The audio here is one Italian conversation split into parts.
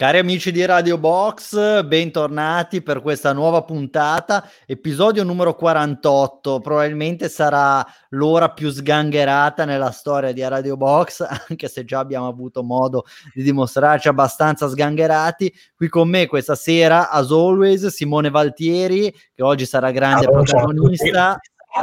Cari amici di Radio Box, bentornati per questa nuova puntata, episodio numero 48. Probabilmente sarà l'ora più sgangherata nella storia di Radio Box, anche se già abbiamo avuto modo di dimostrarci abbastanza sgangherati. Qui con me questa sera, as always, Simone Valtieri, che oggi sarà grande protagonista,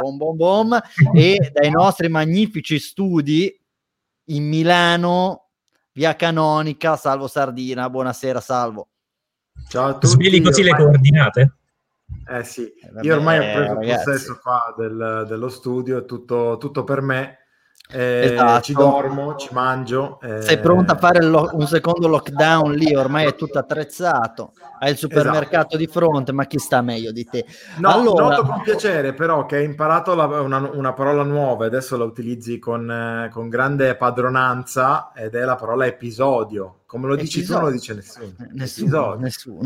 e dai nostri magnifici studi in Milano, via Canonica, Salvo Sardina. Buonasera Salvo. Ciao a tutti. Sveli così le coordinate? Sì, vabbè, io ormai ho preso ragazzi, possesso qua dello studio, è tutto per me. Esatto. Ci dormo, ci mangio. Sei pronto a fare un secondo lockdown lì? Ormai è tutto attrezzato. Hai il supermercato di fronte, ma chi sta meglio di te? No, allora, noto con piacere però che hai imparato una parola nuova e adesso la utilizzi con grande padronanza, ed è la parola episodio. Come lo dici tu, non lo dice nessuno. Nessuno.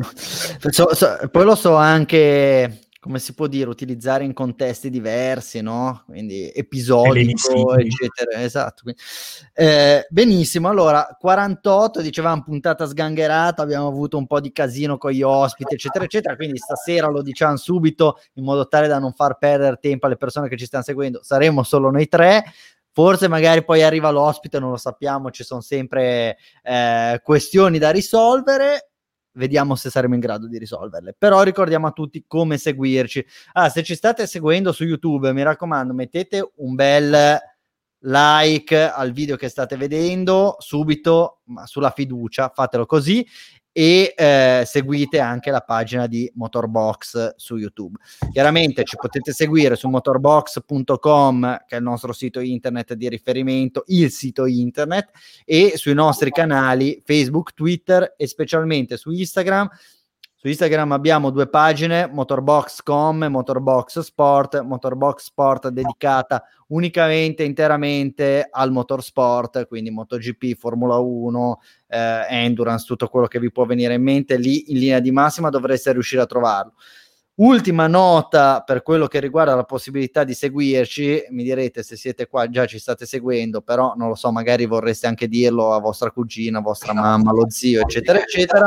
Poi lo so anche, come si può dire, utilizzare in contesti diversi, no? Quindi episodico, eccetera. Esatto. Benissimo, allora 48, dicevamo puntata sgangherata, abbiamo avuto un po' di casino con gli ospiti, eccetera, eccetera. Quindi stasera lo diciamo subito, in modo tale da non far perdere tempo alle persone che ci stanno seguendo. Saremo solo noi tre. Forse magari poi arriva l'ospite, non lo sappiamo, ci sono sempre questioni da risolvere, vediamo se saremo in grado di risolverle. Però ricordiamo a tutti come seguirci. Se ci state seguendo su YouTube, mi raccomando, mettete un bel like al video che state vedendo subito, ma sulla fiducia, fatelo così. E seguite anche la pagina di Motorbox su YouTube. Chiaramente ci potete seguire su motorbox.com, che è il nostro sito internet di riferimento, il sito internet, e sui nostri canali Facebook, Twitter e specialmente su Instagram. Su Instagram abbiamo due pagine, Motorbox.com e Motorbox Sport. Motorbox Sport dedicata unicamente, interamente al motorsport, quindi MotoGP, Formula 1, Endurance, tutto quello che vi può venire in mente. Lì in linea di massima dovreste riuscire a trovarlo. Ultima nota per quello che riguarda la possibilità di seguirci, mi direte se siete qua già ci state seguendo, però non lo so, magari vorreste anche dirlo a vostra cugina, vostra mamma, lo zio, eccetera, eccetera.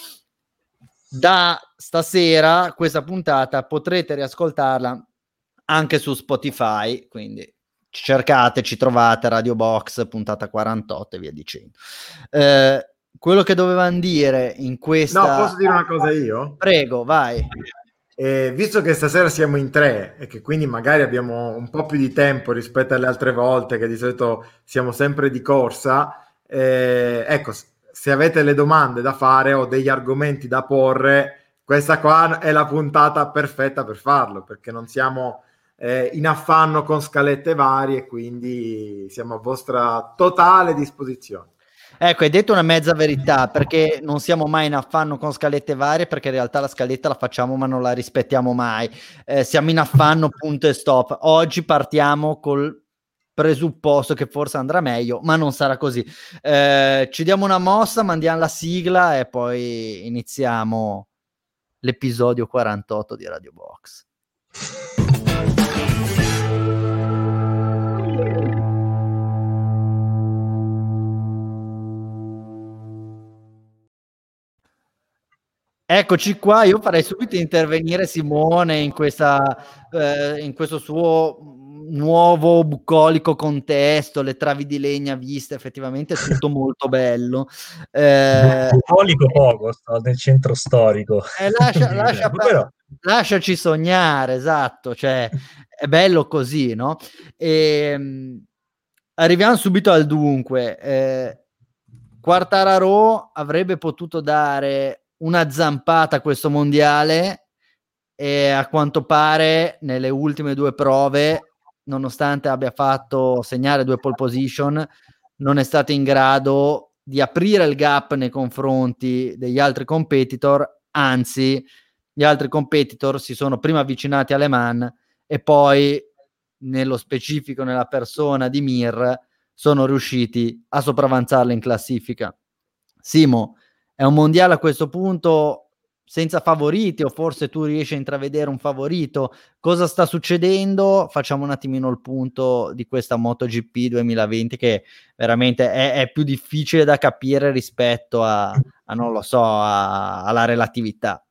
Da stasera questa puntata potrete riascoltarla anche su Spotify, quindi ci cercate, ci trovate Radio Box puntata 48 e via dicendo. Quello che dovevamo dire in questa... No, posso dire una cosa io? Prego, vai. Visto che stasera siamo in tre e che quindi magari abbiamo un po' più di tempo rispetto alle altre volte, che di solito siamo sempre di corsa, ecco, se avete le domande da fare o degli argomenti da porre, questa qua è la puntata perfetta per farlo, perché non siamo in affanno con scalette varie, quindi siamo a vostra totale disposizione. Ecco, hai detto una mezza verità, perché non siamo mai in affanno con scalette varie, perché in realtà la scaletta la facciamo ma non la rispettiamo mai. Siamo in affanno, punto e stop. Oggi partiamo col presupposto che forse andrà meglio, ma non sarà così. Ci diamo una mossa, mandiamo la sigla e poi iniziamo l'episodio 48 di Radio Box. Eccoci qua, io farei subito intervenire Simone in questo suo nuovo bucolico contesto, le travi di legna viste, effettivamente è tutto molto bello. Bucolico poco, sto nel centro storico. Lasciaci sognare, esatto, cioè è bello così, no? Arriviamo subito al dunque. Quartararo avrebbe potuto dare una zampata a questo mondiale e a quanto pare nelle ultime due prove, nonostante abbia fatto segnare 2 pole position, non è stato in grado di aprire il gap nei confronti degli altri competitor, anzi gli altri competitor si sono prima avvicinati alle Man e poi nello specifico nella persona di Mir sono riusciti a sopravanzarla in classifica. Simo, è un mondiale a questo punto senza favoriti, o forse tu riesci a intravedere un favorito. Cosa sta succedendo? Facciamo un attimino il punto di questa MotoGP 2020, che veramente è più difficile da capire rispetto a non lo so, alla relatività.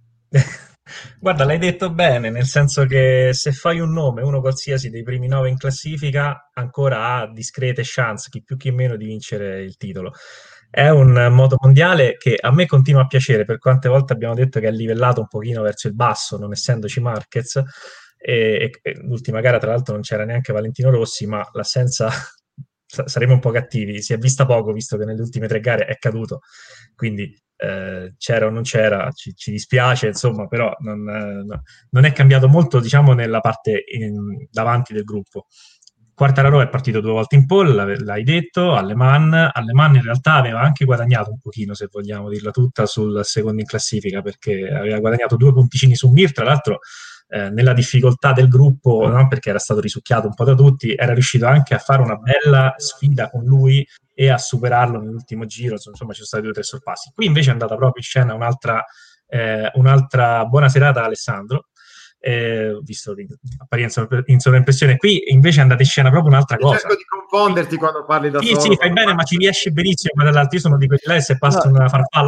Guarda, l'hai detto bene, nel senso che se fai un nome, uno qualsiasi dei primi 9 in classifica, ancora ha discrete chance, chi più chi meno, di vincere il titolo. È un moto mondiale che a me continua a piacere, per quante volte abbiamo detto che è livellato un pochino verso il basso, non essendoci Marquez, e l'ultima gara tra l'altro non c'era neanche Valentino Rossi, ma l'assenza saremo un po' cattivi, si è vista poco visto che nelle ultime 3 gare è caduto, quindi c'era o non c'era, ci dispiace, insomma, però non è cambiato molto, diciamo, nella parte davanti del gruppo. Quartararo è partito 2 volte in pole, l'hai detto, alle Mans in realtà aveva anche guadagnato un pochino, se vogliamo dirla tutta, sul secondo in classifica, perché aveva guadagnato 2 punticini su Mir, tra l'altro nella difficoltà del gruppo, no? Perché era stato risucchiato un po' da tutti, era riuscito anche a fare una bella sfida con lui e a superarlo nell'ultimo giro, insomma ci sono stati 2 o 3 sorpassi. Qui invece è andata proprio in scena un'altra buona serata Alessandro, visto l'apparenza in sovraimpressione. Qui invece è andata in scena proprio un'altra cosa. Cerco di confonderti quando parli da solo. Sì, fai bene, ma ci riesce benissimo, ma dall'altro io sono di quelli là e se passa una farfalla...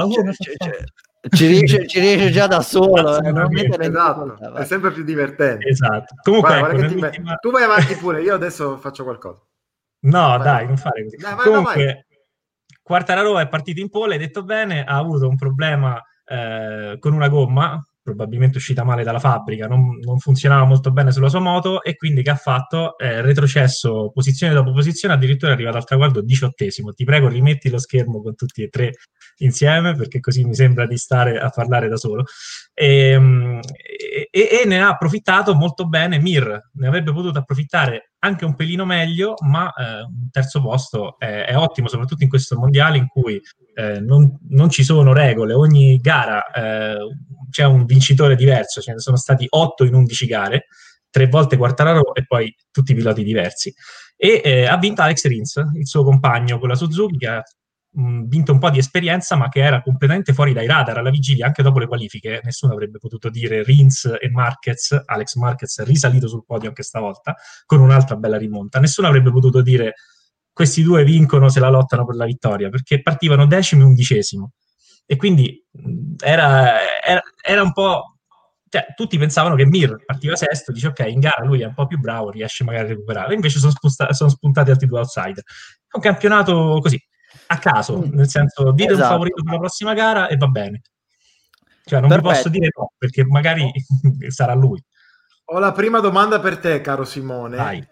Ci riesce già da solo, esatto, è sempre più divertente. Esatto. Comunque, guarda che tu vai avanti pure, io adesso faccio qualcosa. No, dai, non fare così. Comunque, Quartararo è partito in pole, hai detto bene, ha avuto un problema con una gomma, probabilmente uscita male dalla fabbrica, non funzionava molto bene sulla sua moto, e quindi che ha fatto? Retrocesso posizione dopo posizione, addirittura è arrivato al traguardo 18°. Ti prego, rimetti lo schermo con tutti e 3 insieme, perché così mi sembra di stare a parlare da solo. E ne ha approfittato molto bene Mir, ne avrebbe potuto approfittare anche un pelino meglio, ma un terzo posto è ottimo, soprattutto in questo mondiale in cui non ci sono regole, ogni gara c'è un vincitore diverso, ce ne sono stati 8 in 11 gare, 3 volte Quartararo e poi tutti i piloti diversi. E ha vinto Alex Rins, il suo compagno con la Suzuki, che ha vinto un po' di esperienza, ma che era completamente fuori dai radar alla vigilia, anche dopo le qualifiche. Nessuno avrebbe potuto dire Rins e Marquez, Alex Marquez è risalito sul podio anche stavolta, con un'altra bella rimonta. Nessuno avrebbe potuto dire questi due vincono se la lottano per la vittoria, perché partivano 10° e 11°. E quindi era un po'... Cioè, tutti pensavano che Mir partiva sesto, dice ok, in gara lui è un po' più bravo, riesce magari a recuperare. Invece sono spuntati altri 2 outsider. È un campionato così, a caso, nel senso, dite un favorito per la prossima gara e va bene. Cioè, non vi posso dire no, perché magari sarà lui. Ho la prima domanda per te, caro Simone.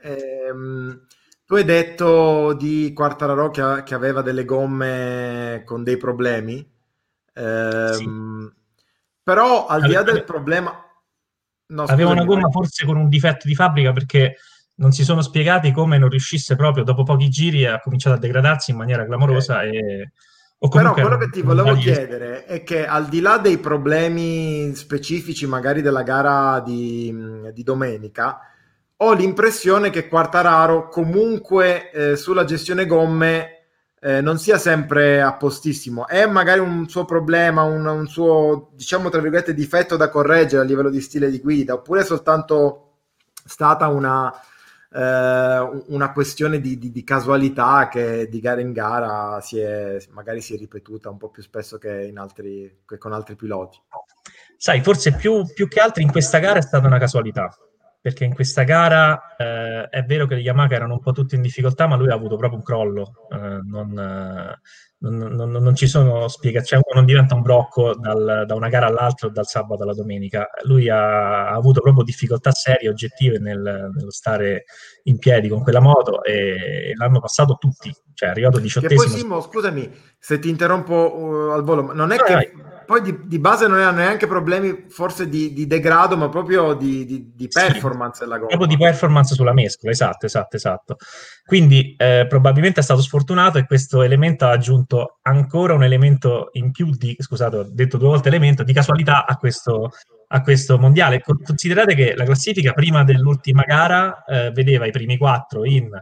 Tu hai detto di Quartararo che aveva delle gomme con dei problemi. Sì. Però al di là del problema... No, aveva una gomma forse con un difetto di fabbrica, perché non si sono spiegati come non riuscisse proprio dopo pochi giri ha cominciato a degradarsi in maniera clamorosa. Però quello che ti volevo chiedere è che al di là dei problemi specifici magari della gara di domenica, ho l'impressione che Quartararo comunque sulla gestione gomme non sia sempre a postissimo. È magari un suo problema, un suo, diciamo tra virgolette, difetto da correggere a livello di stile di guida, oppure è soltanto stata una questione di casualità che di gara in gara magari si è ripetuta un po' più spesso che con altri piloti? Sai, forse più che altro in questa gara è stata una casualità, perché in questa gara è vero che le Yamaha erano un po' tutte in difficoltà, ma lui ha avuto proprio un crollo, non ci sono spiegazioni, cioè uno non diventa un brocco da una gara all'altra o dal sabato alla domenica. Lui ha avuto proprio difficoltà serie, oggettive nello stare in piedi con quella moto, e l'hanno passato tutti, cioè è arrivato 18°. Che poi Simo, scusami se ti interrompo al volo, ma non è che poi di base non erano neanche problemi forse di degrado, ma proprio di performance della gomma. Proprio di performance sulla mescola, esatto. Quindi probabilmente è stato sfortunato, e questo elemento ha aggiunto ancora un elemento in più scusate, ho detto 2 volte elemento, di casualità a questo mondiale. Considerate che la classifica prima dell'ultima gara vedeva i primi 4 in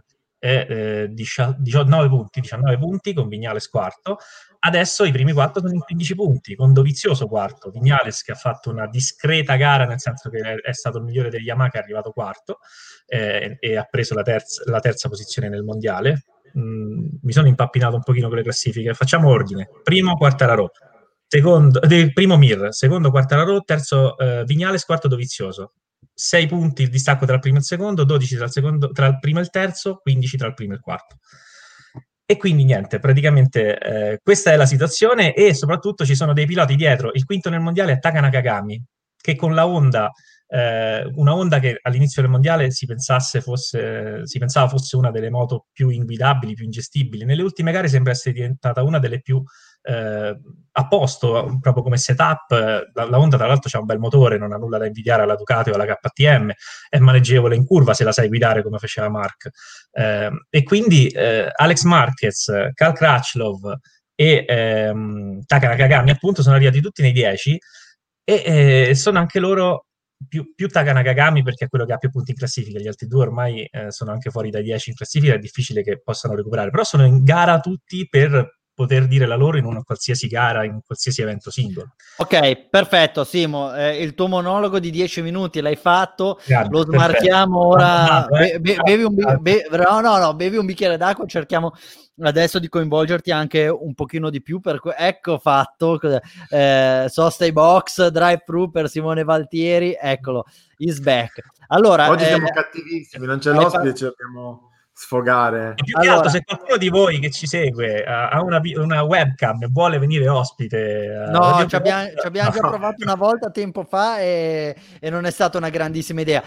19 punti con Viñales quarto. Adesso i primi 4 sono in 15 punti, con Dovizioso quarto, Viñales che ha fatto una discreta gara, nel senso che è stato il migliore degli Yamaha, che è arrivato quarto e ha preso la terza posizione nel mondiale. Mi sono impappinato un pochino con le classifiche. Facciamo ordine. Primo Quartararo, primo Mir, secondo Quartararo, terzo Viñales, quarto Dovizioso. 6 punti il distacco tra il primo e il secondo, 12 tra il primo e il terzo, 15 tra il primo e il quarto. E quindi niente, praticamente questa è la situazione, e soprattutto ci sono dei piloti dietro. Il quinto nel mondiale è Taka Nakagami, che con la Honda, una Honda che all'inizio del mondiale si pensava fosse una delle moto più inguidabili, più ingestibili, nelle ultime gare sembra essere diventata una delle più a posto, proprio come setup. La Honda tra l'altro c'ha un bel motore, non ha nulla da invidiare alla Ducati o alla KTM, è maneggevole in curva se la sai guidare come faceva Mark, e quindi Alex Marquez, Cal Crutchlow e Taka Nakagami appunto sono arrivati tutti nei 10, e sono anche loro più Taka Nakagami perché è quello che ha più punti in classifica. Gli altri due ormai sono anche fuori dai 10 in classifica, è difficile che possano recuperare, però sono in gara tutti per poter dire la loro in una qualsiasi gara, in qualsiasi evento singolo. Ok, perfetto, Simo, il tuo monologo di 10 minuti l'hai fatto. Grazie, lo smarchiamo ora. Bevi un bicchiere d'acqua, cerchiamo adesso di coinvolgerti anche un pochino di più. Ecco fatto, sosta i box, drive-thru per Simone Valtieri, eccolo, is back. Allora, oggi siamo cattivissimi, non c'è l'ospite, ci dobbiamo sfogare. Più che altro, se qualcuno di voi che ci segue ha una webcam e vuole venire ospite, no, ci abbiamo già provato una volta tempo fa e non è stata una grandissima idea.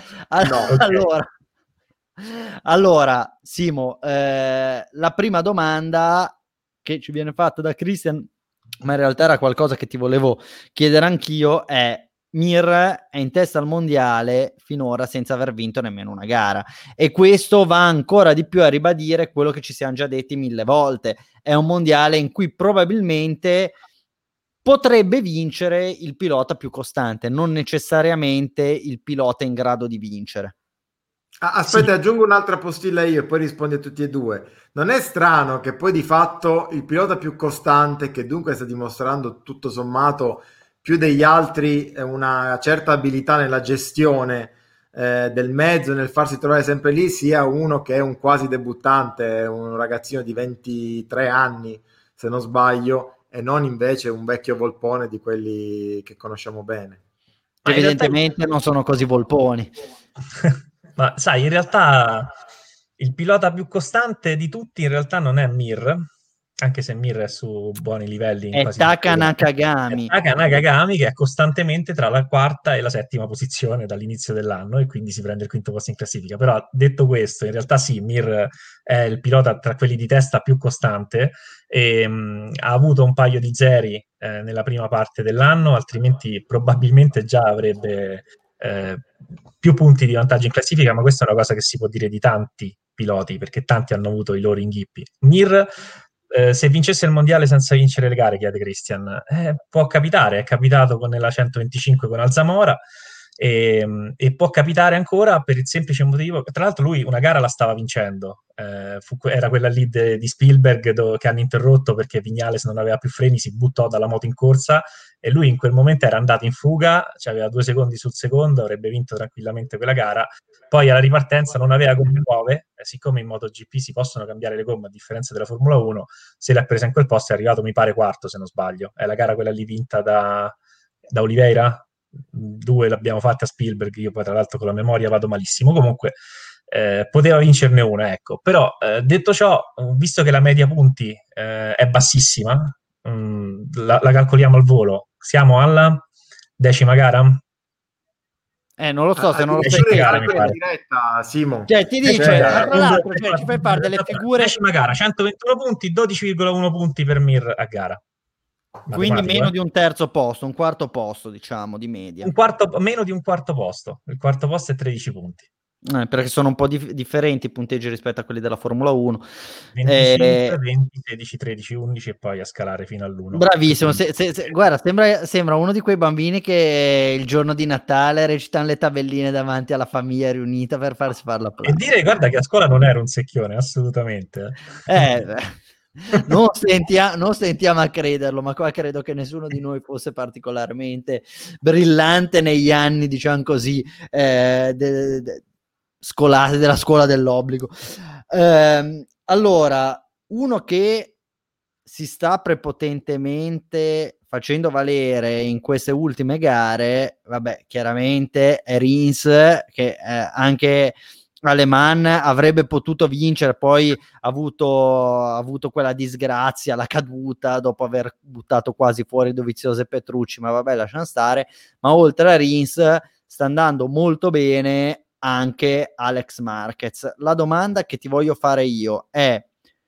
Allora, Simo, la prima domanda che ci viene fatta da Christian, ma in realtà era qualcosa che ti volevo chiedere anch'io, è: Mir è in testa al mondiale finora senza aver vinto nemmeno una gara, e questo va ancora di più a ribadire quello che ci siamo già detti 1000 volte. È un mondiale in cui probabilmente potrebbe vincere il pilota più costante, non necessariamente il pilota in grado di vincere. Aspetta, aggiungo un'altra postilla io e poi rispondi a tutti e due. Non è strano che poi di fatto il pilota più costante, che dunque sta dimostrando tutto sommato più degli altri una certa abilità nella gestione del mezzo, nel farsi trovare sempre lì, sia uno che è un quasi debuttante, un ragazzino di 23 anni se non sbaglio, e non invece un vecchio volpone di quelli che conosciamo bene. Evidentemente non sono così volponi. Ma sai, in realtà il pilota più costante di tutti in realtà non è Mir, anche se Mir è su buoni livelli. È Taka Nakagami. È Taka Nakagami, che è costantemente tra la quarta e la settima posizione dall'inizio dell'anno, e quindi si prende il quinto posto in classifica. Però detto questo, in realtà sì, Mir è il pilota tra quelli di testa più costante, e ha avuto un paio di zeri nella prima parte dell'anno, altrimenti probabilmente già avrebbe più punti di vantaggio in classifica, ma questa è una cosa che si può dire di tanti piloti, perché tanti hanno avuto i loro inghippi. Mir, se vincesse il mondiale senza vincere le gare, chiede Christian, può capitare, è capitato nella 125 con Alzamora, e può capitare ancora per il semplice motivo, tra l'altro lui una gara la stava vincendo, era quella lì di Spielberg che hanno interrotto perché Viñales non aveva più freni, si buttò dalla moto in corsa e lui in quel momento era andato in fuga, aveva 2 secondi sul secondo, avrebbe vinto tranquillamente quella gara. Poi alla ripartenza non aveva gomme nuove, siccome in MotoGP si possono cambiare le gomme a differenza della Formula 1, se l'ha presa in quel posto, è arrivato mi pare quarto se non sbaglio, è la gara quella lì vinta da Oliveira, 2 l'abbiamo fatta a Spielberg, io poi tra l'altro con la memoria vado malissimo, comunque poteva vincerne una, ecco. Però detto ciò, visto che la media punti è bassissima, la calcoliamo al volo, siamo alla 10ª gara? Non lo so, se non lo sai in diretta, Simo. Ti dice, tra l'altro, ci fai fare delle figure. 10ª gara, 121 punti, 12,1 punti per Mir a gara. Quindi meno di un terzo posto, un quarto posto, diciamo, di media. Meno di un quarto posto. Il quarto posto è 13 punti. perché sono un po' differenti i punteggi rispetto a quelli della Formula 1. 25, 20, 16, 13, 11 e poi a scalare fino all'1. Bravissimo, guarda, sembra uno di quei bambini che il giorno di Natale recitano le tabelline davanti alla famiglia riunita per farsi fare la E dire, guarda che a scuola non ero un secchione, assolutamente. Non sentiamo a crederlo, ma qua credo che nessuno di noi fosse particolarmente brillante negli anni, diciamo così, della scuola dell'obbligo. Allora, uno che si sta prepotentemente facendo valere in queste ultime gare, vabbè, chiaramente è Rins, che anche a Le Mans avrebbe potuto vincere, poi ha avuto quella disgrazia, la caduta dopo aver buttato quasi fuori Dovizioso e Petrucci, ma vabbè, lasciamo stare. Ma oltre a Rins sta andando molto bene anche Alex Marquez. La domanda che ti voglio fare io è: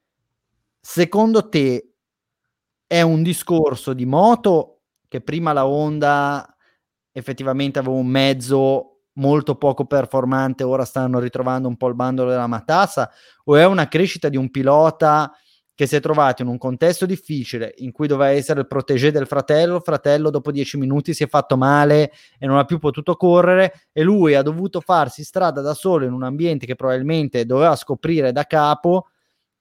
secondo te è un discorso di moto, che prima la Honda effettivamente aveva un mezzo molto poco performante, ora stanno ritrovando un po' il bandolo della matassa, o è una crescita di un pilota che si è trovato in un contesto difficile in cui doveva essere il protégé del fratello, il fratello dopo 10 minuti si è fatto male e non ha più potuto correre e lui ha dovuto farsi strada da solo in un ambiente che probabilmente doveva scoprire da capo,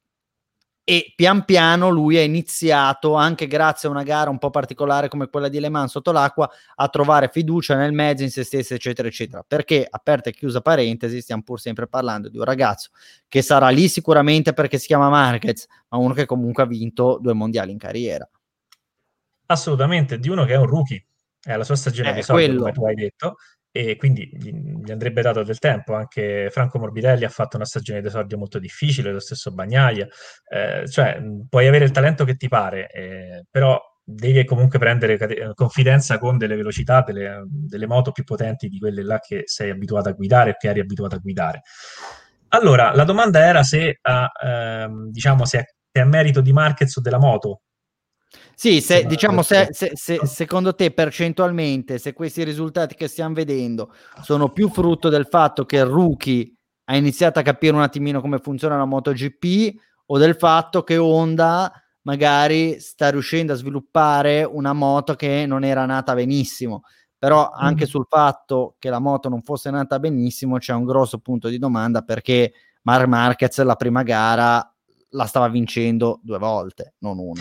e pian piano lui ha iniziato, anche grazie a una gara un po' particolare come quella di Le Mans sotto l'acqua, a trovare fiducia nel mezzo, in se stesso, eccetera eccetera, perché, aperta e chiusa parentesi, stiamo pur sempre parlando di un ragazzo che sarà lì sicuramente perché si chiama Marquez, ma uno che comunque ha vinto 2 mondiali in carriera. Assolutamente, di uno che è un rookie, è la sua stagione di solito, come tu hai detto, e quindi gli andrebbe dato del tempo. Anche Franco Morbidelli ha fatto una stagione d'esordio molto difficile, lo stesso Bagnaia, cioè puoi avere il talento che ti pare, però devi comunque prendere confidenza con delle velocità, delle moto più potenti di quelle là che sei abituato a guidare o che eri abituato a guidare. Allora, la domanda era se diciamo se è merito di Marquez o della moto. Sì, diciamo se secondo te percentualmente, se questi risultati che stiamo vedendo sono più frutto del fatto che il rookie ha iniziato a capire un attimino come funziona la MotoGP, o del fatto che Honda magari sta riuscendo a sviluppare una moto che non era nata benissimo. Però anche sul fatto che la moto non fosse nata benissimo c'è un grosso punto di domanda, perché Marc Marquez la prima gara la stava vincendo 2 volte, non una.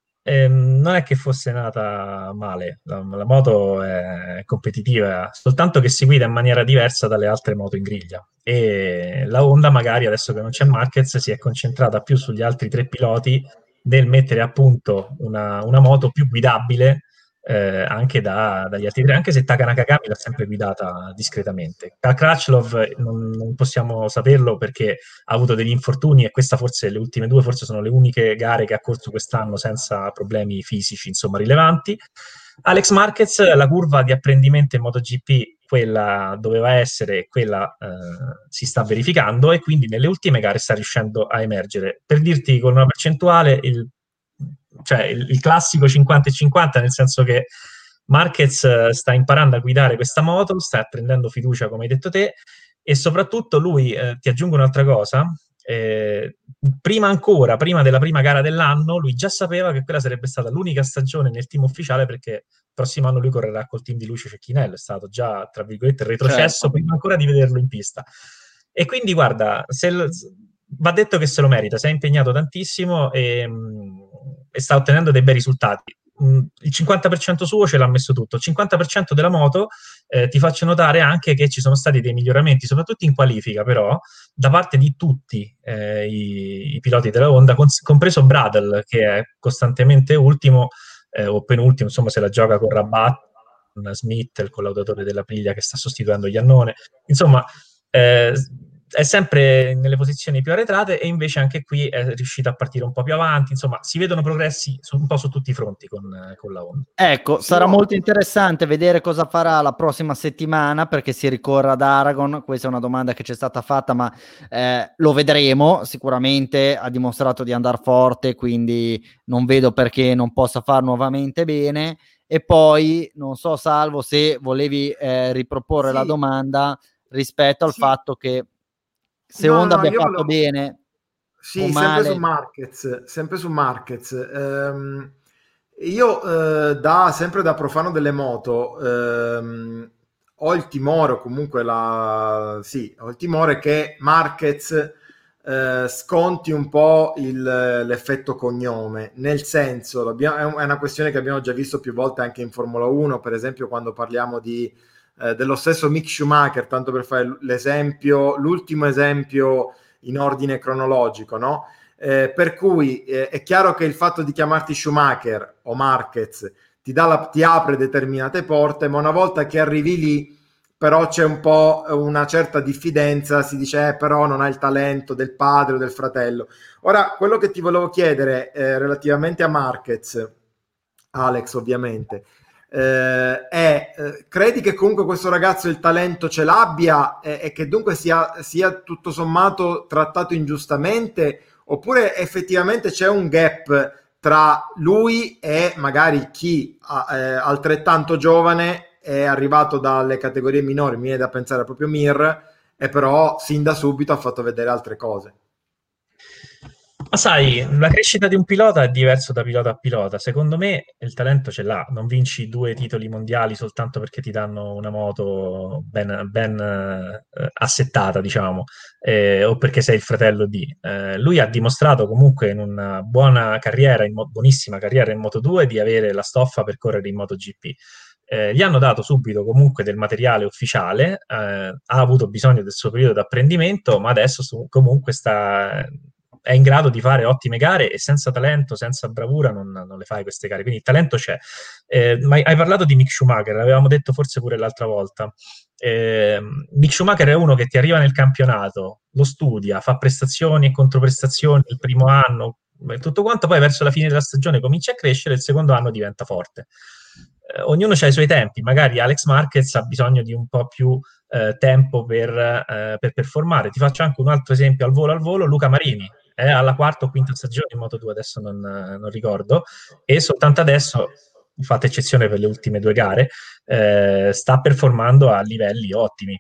Non è che fosse nata male, la moto è competitiva, soltanto che si guida in maniera diversa dalle altre moto in griglia, e la Honda magari adesso che non c'è Marquez si è concentrata più sugli altri 3 piloti nel mettere a punto una moto più guidabile anche dagli altri 3, anche se Taka Nakagami l'ha sempre guidata discretamente. Crutchlow non possiamo saperlo perché ha avuto degli infortuni, e questa forse, le ultime 2 forse sono le uniche gare che ha corso quest'anno senza problemi fisici insomma rilevanti. Alex Marquez, la curva di apprendimento in MotoGP, quella doveva essere, quella si sta verificando, e quindi nelle ultime gare sta riuscendo a emergere. Per dirti con una percentuale, il classico 50 e 50, nel senso che Marquez sta imparando a guidare questa moto, sta prendendo fiducia come hai detto te, e soprattutto lui, ti aggiungo un'altra cosa, prima della prima gara dell'anno lui già sapeva che quella sarebbe stata l'unica stagione nel team ufficiale, perché il prossimo anno lui correrà col team di Lucio Cecchinello, è stato già tra virgolette retrocesso, prima ancora di vederlo in pista. E quindi guarda, va detto che se lo merita, si è impegnato tantissimo e sta ottenendo dei bei risultati. Il 50% suo ce l'ha messo tutto, il 50% della moto ti faccio notare anche che ci sono stati dei miglioramenti, soprattutto in qualifica, però da parte di tutti i piloti della Honda, compreso Bradl, che è costantemente ultimo o penultimo, insomma se la gioca con Rabat, con Smith, il collaudatore della Priglia che sta sostituendo Iannone, insomma è sempre nelle posizioni più arretrate, e invece anche qui è riuscito a partire un po' più avanti. Insomma, si vedono progressi un po' su tutti i fronti con la Honda. Ecco, sarà molto interessante vedere cosa farà la prossima settimana, perché si ricorre ad Aragon. Questa è una domanda che ci è stata fatta, ma lo vedremo. Sicuramente ha dimostrato di andare forte, quindi non vedo perché non possa far nuovamente bene. E poi, non so Salvo se volevi riproporre la domanda rispetto al fatto che se Honda abbia fatto bene o male. Sempre su Marquez. Io sempre da profano delle moto ho il timore, o comunque ho il timore che Marquez sconti un po' l'effetto cognome, nel senso, è una questione che abbiamo già visto più volte anche in Formula 1, per esempio quando parliamo dello stesso Mick Schumacher, tanto per fare l'ultimo esempio in ordine cronologico, no? Per cui è chiaro che il fatto di chiamarti Schumacher o Marquez ti apre determinate porte, ma una volta che arrivi lì però c'è un po' una certa diffidenza, si dice però non ha il talento del padre o del fratello. Ora, quello che ti volevo chiedere relativamente a Marquez, Alex ovviamente, credi che comunque questo ragazzo il talento ce l'abbia e che dunque sia tutto sommato trattato ingiustamente, oppure effettivamente c'è un gap tra lui e magari chi altrettanto giovane è arrivato dalle categorie minori, mi viene da pensare proprio Mir, e però sin da subito ha fatto vedere altre cose. Ma sai, la crescita di un pilota è diverso da pilota a pilota. Secondo me il talento ce l'ha. Non vinci 2 titoli mondiali soltanto perché ti danno una moto ben assettata, diciamo, o perché sei il fratello di. Lui ha dimostrato comunque in una buona carriera, buonissima carriera in Moto2, di avere la stoffa per correre in MotoGP. Gli hanno dato subito comunque del materiale ufficiale, ha avuto bisogno del suo periodo di apprendimento, ma adesso comunque è in grado di fare ottime gare, e senza talento, senza bravura non le fai queste gare, quindi il talento c'è. Ma hai parlato di Mick Schumacher, l'avevamo detto forse pure l'altra volta. Mick Schumacher è uno che ti arriva nel campionato, lo studia, fa prestazioni e controprestazioni il primo anno, tutto quanto, poi verso la fine della stagione comincia a crescere, il secondo anno diventa forte. Ognuno ha i suoi tempi, magari Alex Marquez ha bisogno di un po' più tempo per performare. Ti faccio anche un altro esempio al volo, Luca Marini è alla quarta o quinta stagione in Moto2, adesso non ricordo, e soltanto adesso, fatta eccezione per le ultime 2 gare, sta performando a livelli ottimi.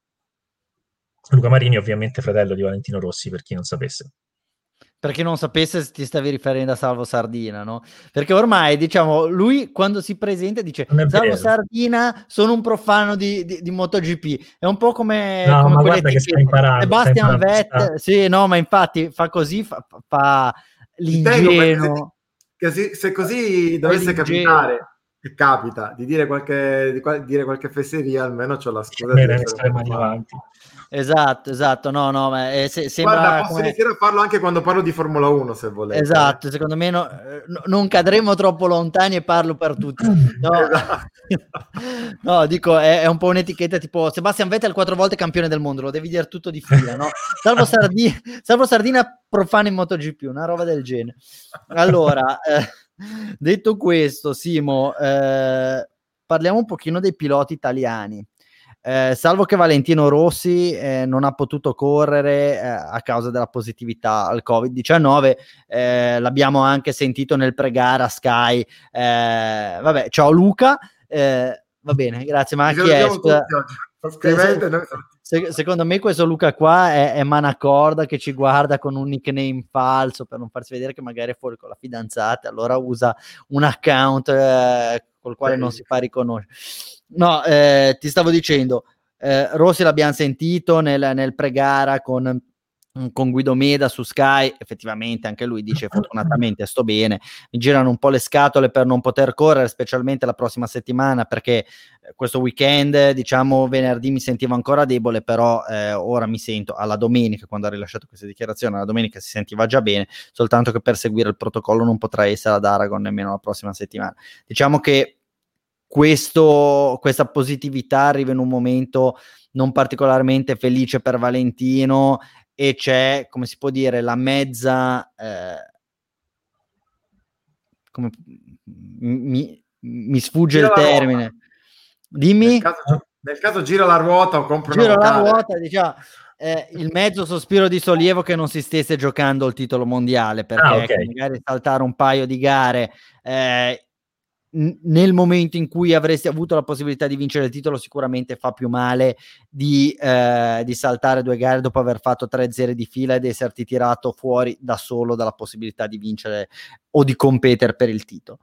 Luca Marini ovviamente fratello di Valentino Rossi, per chi non sapesse. Per chi non sapesse, ti stavi riferendo a Salvo Sardina, no? Perché ormai, diciamo, lui quando si presenta dice Salvo Sardina, sono un profano di MotoGP. È un po' come ma guarda che sta imparando. Sebastian Vettel, sì, no, ma infatti fa così, fa l'ingenuo. Se così dovesse capitare, che capita, di dire qualche fesseria, almeno c'ho la scusa di essere mani avanti. Esatto, no, ma sembra. Guarda, posso iniziare a farlo anche quando parlo di Formula 1, se volete. Esatto, secondo me non cadremo troppo lontani e parlo per tutti. No, esatto. No, dico, è un po' un'etichetta tipo Sebastian Vettel 4 volte campione del mondo, lo devi dire tutto di fila, no? Salvo Sardina profano in MotoGP, una roba del genere. Allora, detto questo, Simo, parliamo un pochino dei piloti italiani. Salvo che Valentino Rossi non ha potuto correre a causa della positività al Covid-19, l'abbiamo anche sentito nel pre-gara Sky. Vabbè, ciao Luca, va bene, grazie, ma chi è? Secondo me questo Luca qua è Manacorda che ci guarda con un nickname falso per non farsi vedere che magari è fuori con la fidanzata, allora usa un account col quale non si fa riconoscere. No, ti stavo dicendo, Rossi l'abbiamo sentito nel pre-gara con Guido Meda su Sky, effettivamente anche lui dice fortunatamente sto bene, mi girano un po' le scatole per non poter correre, specialmente la prossima settimana, perché questo weekend, diciamo venerdì mi sentivo ancora debole, però ora mi sento alla domenica, quando ha rilasciato queste dichiarazioni, alla domenica si sentiva già bene, soltanto che per seguire il protocollo non potrà essere ad Aragon nemmeno la prossima settimana. Diciamo che questa positività arriva in un momento non particolarmente felice per Valentino, e c'è, come si può dire, la mezza mi sfugge il termine, dimmi. Nel caso gira la ruota o compra una vocale. La ruota, diciamo, il mezzo sospiro di sollievo che non si stesse giocando il titolo mondiale, perché okay. magari saltare un paio di gare nel momento in cui avresti avuto la possibilità di vincere il titolo sicuramente fa più male di saltare 2 gare dopo aver fatto 3-0 di fila ed esserti tirato fuori da solo dalla possibilità di vincere o di competere per il titolo.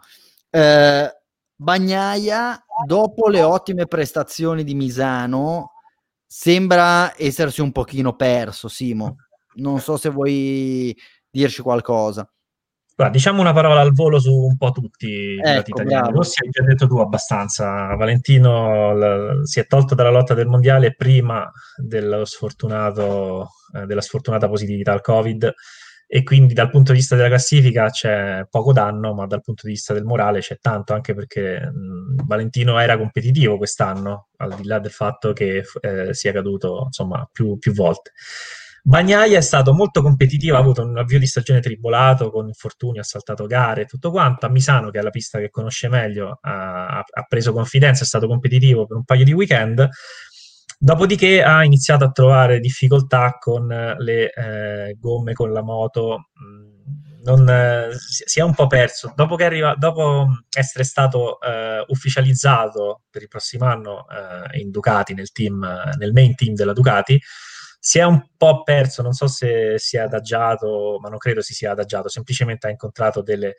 Bagnaia, dopo le ottime prestazioni di Misano, sembra essersi un pochino perso. Simo, non so se vuoi dirci qualcosa. Guarda, diciamo una parola al volo su un po' tutti i piloti italiani. Rossi hai già detto tu abbastanza. Valentino si è tolto dalla lotta del mondiale prima della sfortunata positività al Covid, e quindi dal punto di vista della classifica c'è poco danno, ma dal punto di vista del morale c'è tanto, anche perché Valentino era competitivo quest'anno, al di là del fatto che sia caduto insomma più volte. Bagnaia è stato molto competitivo, ha avuto un avvio di stagione tribolato con infortuni, ha saltato gare e tutto quanto. A Misano, che è la pista che conosce meglio, ha preso confidenza, è stato competitivo per un paio di weekend. Dopodiché ha iniziato a trovare difficoltà con le gomme, con la moto. Si è un po' perso. Dopo essere stato ufficializzato per il prossimo anno in Ducati, nel main team della Ducati, si è un po' perso. Non so se si è adagiato, ma non credo si sia adagiato, semplicemente ha incontrato delle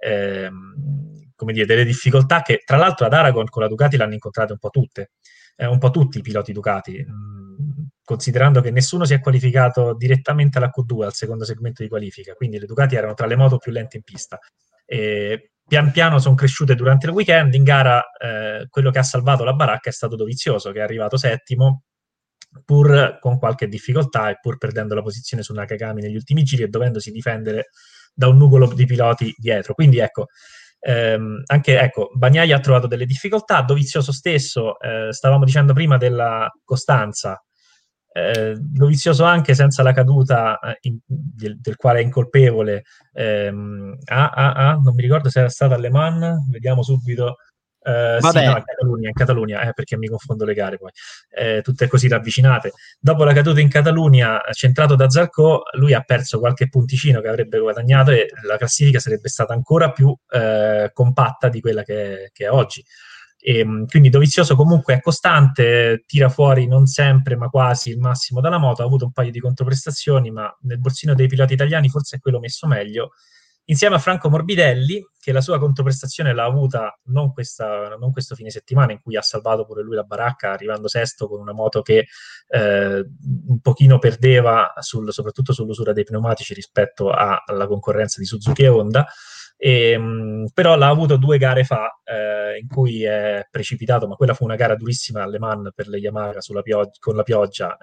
difficoltà che tra l'altro ad Aragon con la Ducati l'hanno incontrate un po' tutti i piloti Ducati, considerando che nessuno si è qualificato direttamente alla Q2 al secondo segmento di qualifica, quindi le Ducati erano tra le moto più lente in pista. E pian piano sono cresciute durante il weekend. In gara quello che ha salvato la baracca è stato Dovizioso, che è arrivato settimo pur con qualche difficoltà e pur perdendo la posizione su Nakagami negli ultimi giri e dovendosi difendere da un nugolo di piloti dietro. Quindi Bagnaia ha trovato delle difficoltà. Dovizioso stesso, stavamo dicendo prima della costanza, Dovizioso anche senza la caduta del quale è incolpevole, non mi ricordo se era stata a Le Mans, vediamo subito. Sì, no, in Catalogna, perché mi confondo le gare poi, tutte così ravvicinate. Dopo la caduta in Catalogna, centrato da Zarco, lui ha perso qualche punticino che avrebbe guadagnato e la classifica sarebbe stata ancora più compatta di quella che è oggi. E, quindi Dovizioso comunque è costante, tira fuori non sempre ma quasi il massimo dalla moto, ha avuto un paio di controprestazioni, ma nel borsino dei piloti italiani forse è quello messo meglio, insieme a Franco Morbidelli, che la sua controprestazione l'ha avuta non questo fine settimana, in cui ha salvato pure lui la baracca arrivando sesto con una moto che un pochino perdeva soprattutto sull'usura dei pneumatici rispetto alla concorrenza di Suzuki e Honda. Però l'ha avuto 2 gare fa in cui è precipitato, ma quella fu una gara durissima alle Mans per le Yamaha con la pioggia.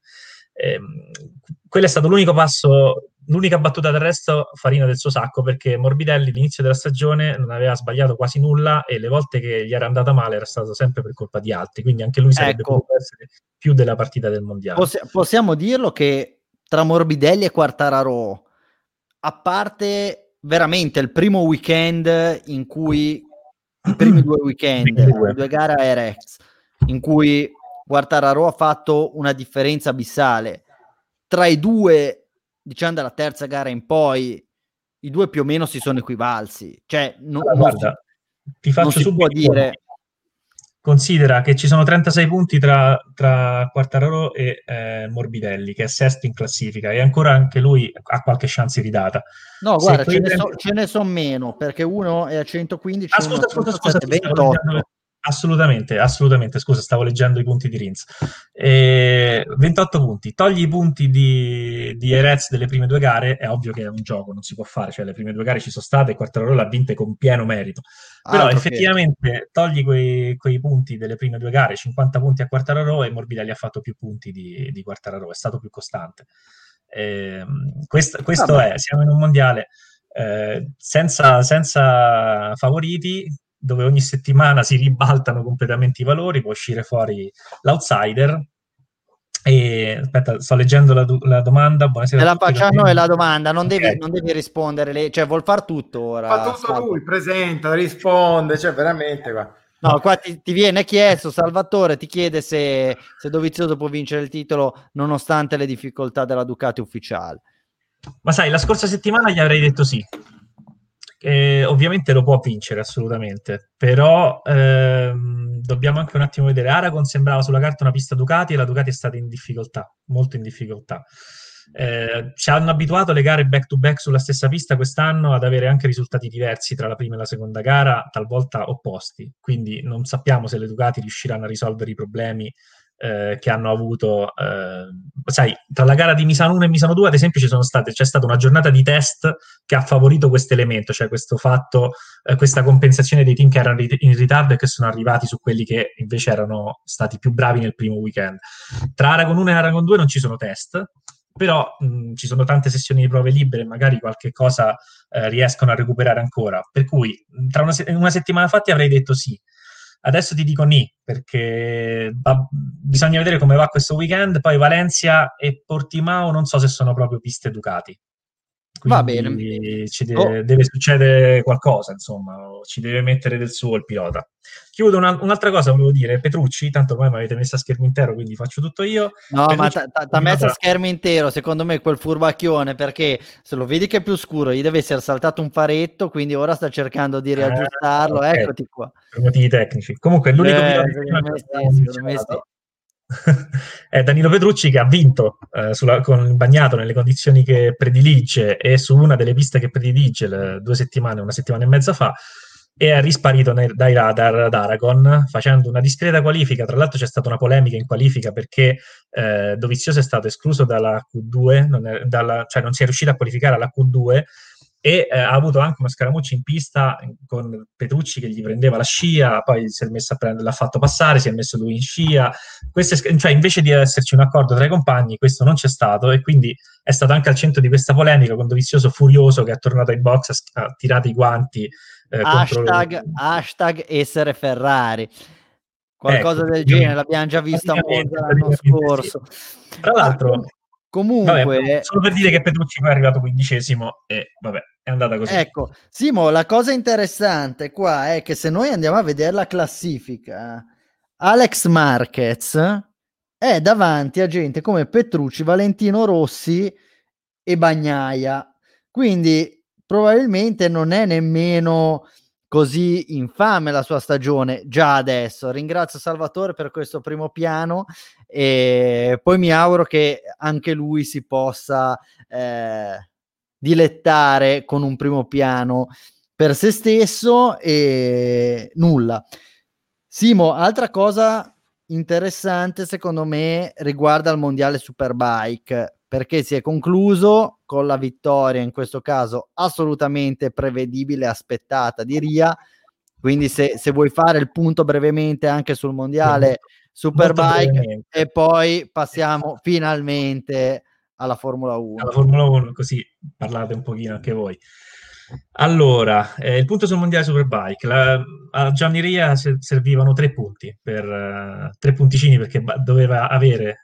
Quello è stato l'unico passo, l'unica battuta del resto farina del suo sacco, perché Morbidelli all'inizio della stagione non aveva sbagliato quasi nulla e le volte che gli era andata male era stato sempre per colpa di altri, quindi anche lui sarebbe potuto essere più della partita del mondiale. Possiamo dirlo che tra Morbidelli e Quartararo, a parte veramente il primo weekend in cui i primi 2 weekend, le 2 gare a RX, in cui Quartararo ha fatto una differenza abissale, tra i 2, diciamo dalla terza gara in poi, i 2 più o meno si sono equivalsi. Cioè, ti faccio subito dire. Considera che ci sono 36 punti tra Quartararo e Morbidelli, che è sesto in classifica, e ancora anche lui ha qualche chance di data. No, guarda, ce ne sono meno, perché uno è a 115, scusa, 28. Assolutamente, scusa, stavo leggendo i punti di Rins. 28 punti, togli i punti di Jerez delle prime 2 gare, è ovvio che è un gioco, non si può fare, cioè le prime 2 gare ci sono state e Quartararo l'ha vinte con pieno merito, però effettivamente togli quei punti delle prime 2 gare, 50 punti a Quartararo, e Morbidelli ha fatto più punti di Quartararo, è stato più costante. Questo è, siamo in un mondiale senza favoriti, dove ogni settimana si ribaltano completamente i valori, può uscire fuori l'outsider. E aspetta, sto leggendo la domanda. Buonasera. La facciamo noi la domanda, non devi rispondere, cioè vuol far tutto ora. Fa tutto lui, presenta, risponde, cioè veramente qua. No, qua ti viene chiesto, Salvatore ti chiede se Dovizioso può vincere il titolo nonostante le difficoltà della Ducati ufficiale. Ma sai, la scorsa settimana gli avrei detto sì. Ovviamente lo può vincere assolutamente, però dobbiamo anche un attimo vedere. Aragon sembrava sulla carta una pista Ducati e la Ducati è stata in difficoltà, molto in difficoltà. Ci hanno abituato le gare back to back sulla stessa pista quest'anno ad avere anche risultati diversi tra la prima e la seconda gara, talvolta opposti, quindi non sappiamo se le Ducati riusciranno a risolvere i problemi che hanno avuto, sai, tra la gara di Misano 1 e Misano 2 ad esempio c'è stata una giornata di test che ha favorito questo elemento, cioè questo fatto, questa compensazione dei team che erano in ritardo e che sono arrivati su quelli che invece erano stati più bravi nel primo weekend. Tra Aragon 1 e Aragon 2 non ci sono test, però ci sono tante sessioni di prove libere, magari qualche cosa riescono a recuperare ancora, per cui tra una settimana fa ti avrei detto sì. Adesso ti dico ni, perché bisogna vedere come va questo weekend. Poi Valencia e Portimao non so se sono proprio piste Ducati. Quindi va bene. Deve succedere qualcosa, insomma, ci deve mettere del suo il pilota. Chiudo un'altra cosa, volevo dire, Petrucci, tanto ormai mi avete messo a schermo intero, quindi faccio tutto io. No, Petrucci, ma t'ha messo a schermo intero, secondo me, quel furbacchione, perché se lo vedi che è più scuro, gli deve essere saltato un faretto, quindi ora sta cercando di riaggiustarlo, okay. Eccoti qua. Per motivi tecnici. Comunque l'unico pilota secondo me sì. È Danilo Petrucci, che ha vinto con il bagnato nelle condizioni che predilige e su una delle piste che predilige una settimana e mezza fa, e è risparito dai radar ad Aragon facendo una discreta qualifica. Tra l'altro c'è stata una polemica in qualifica perché Dovizioso è stato escluso dalla Q2, cioè non si è riuscito a qualificare alla Q2, e ha avuto anche uno scaramuccio in pista con Petrucci che gli prendeva la scia, poi si è messo a l'ha fatto passare, si è messo lui in scia. Cioè, invece di esserci un accordo tra i compagni, questo non c'è stato, e quindi è stato anche al centro di questa polemica, con Dovizioso furioso che è tornato ai box, ha tirato i guanti hashtag essere Ferrari, qualcosa del genere, l'abbiamo già visto a Monza l'anno scorso. Sì. Tra l'altro comunque, vabbè, solo per dire che Petrucci poi è arrivato 15esimo e vabbè, è andata così. Ecco, Simo, la cosa interessante qua è che se noi andiamo a vedere la classifica, Alex Marquez è davanti a gente come Petrucci, Valentino Rossi e Bagnaia, quindi probabilmente non è nemmeno così infame la sua stagione già adesso. Ringrazio Salvatore per questo primo piano e poi mi auguro che anche lui si possa dilettare con un primo piano per se stesso. E nulla. Simo, altra cosa interessante secondo me riguarda il mondiale Superbike, perché si è concluso con la vittoria, in questo caso assolutamente prevedibile e aspettata, di Ria. Quindi se vuoi fare il punto brevemente anche sul mondiale Superbike, e poi passiamo finalmente alla Formula 1. Alla Formula 1, così parlate un pochino anche voi. Allora, il punto sul mondiale Superbike. A Gianni Ria servivano 3 punti, 3 punticini, perché doveva avere,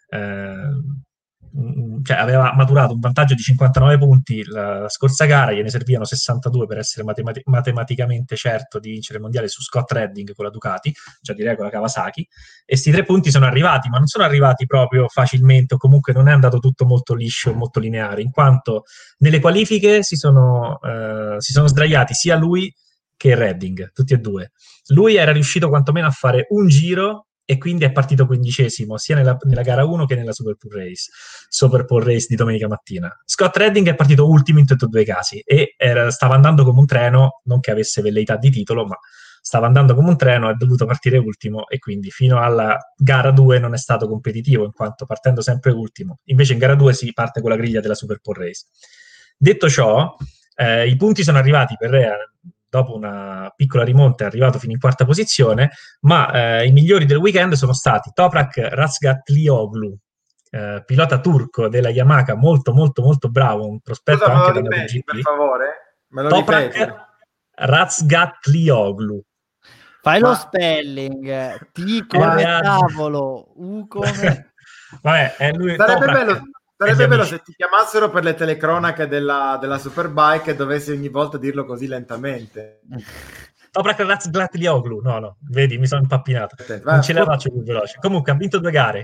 cioè aveva maturato un vantaggio di 59 punti la scorsa gara, gliene servivano 62 per essere matematicamente certo di vincere il mondiale su Scott Redding con la Ducati, già direi con la Kawasaki, e sti 3 punti sono arrivati, ma non sono arrivati proprio facilmente, o comunque non è andato tutto molto liscio, molto lineare, in quanto nelle qualifiche si sono sdraiati sia lui che Redding, tutti e due. Lui era riuscito quantomeno a fare un giro e quindi è partito 15esimo sia nella gara 1 che nella Super Pole Race di domenica mattina. Scott Redding è partito ultimo in tutti e 2 i casi e stava andando come un treno, non che avesse velleità di titolo, ma stava andando come un treno, è dovuto partire ultimo e quindi fino alla gara 2 non è stato competitivo, in quanto partendo sempre ultimo. Invece in gara 2 si parte con la griglia della Super Pole Race. Detto ciò, i punti sono arrivati per Rea. Dopo una piccola rimonta è arrivato fino in 4ª posizione, ma i migliori del weekend sono stati Toprak Razgatlioglu, pilota turco della Yamaha, molto molto molto bravo, un prospetto anche da MotoGP. Per favore, me lo Toprak Razgatlioglu. Fai lo spelling, T come tavolo, U come... Vabbè, è lui. Sarebbe bello se ti chiamassero per le telecronache della Superbike e dovessi ogni volta dirlo così lentamente. Toprak Razgatlioglu, no, vedi, mi sono impappinato. Non ce la faccio più veloce. Comunque ha vinto 2 gare.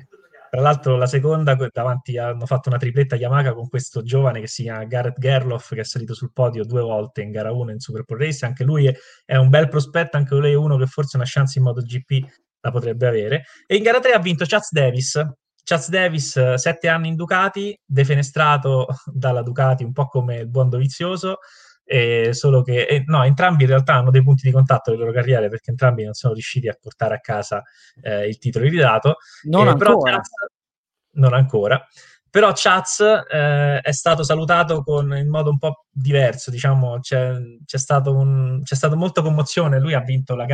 Tra l'altro la seconda davanti hanno fatto una tripletta Yamaha con questo giovane che si chiama Garrett Gerloff, che è salito sul podio 2 volte in gara 1 in Super Pro Race. Anche lui è un bel prospetto, anche lui è uno che forse una chance in MotoGP la potrebbe avere. E in gara 3 ha vinto Chaz Davis. Chaz Davis, 7 anni in Ducati, defenestrato dalla Ducati un po' come il buon Dovizioso, solo che no, entrambi in realtà hanno dei punti di contatto nelle loro carriere, perché entrambi non sono riusciti a portare a casa il titolo iridato. Però non ancora. Però Chaz è stato salutato in modo un po' diverso, diciamo, c'è stato molta commozione. Lui ha vinto la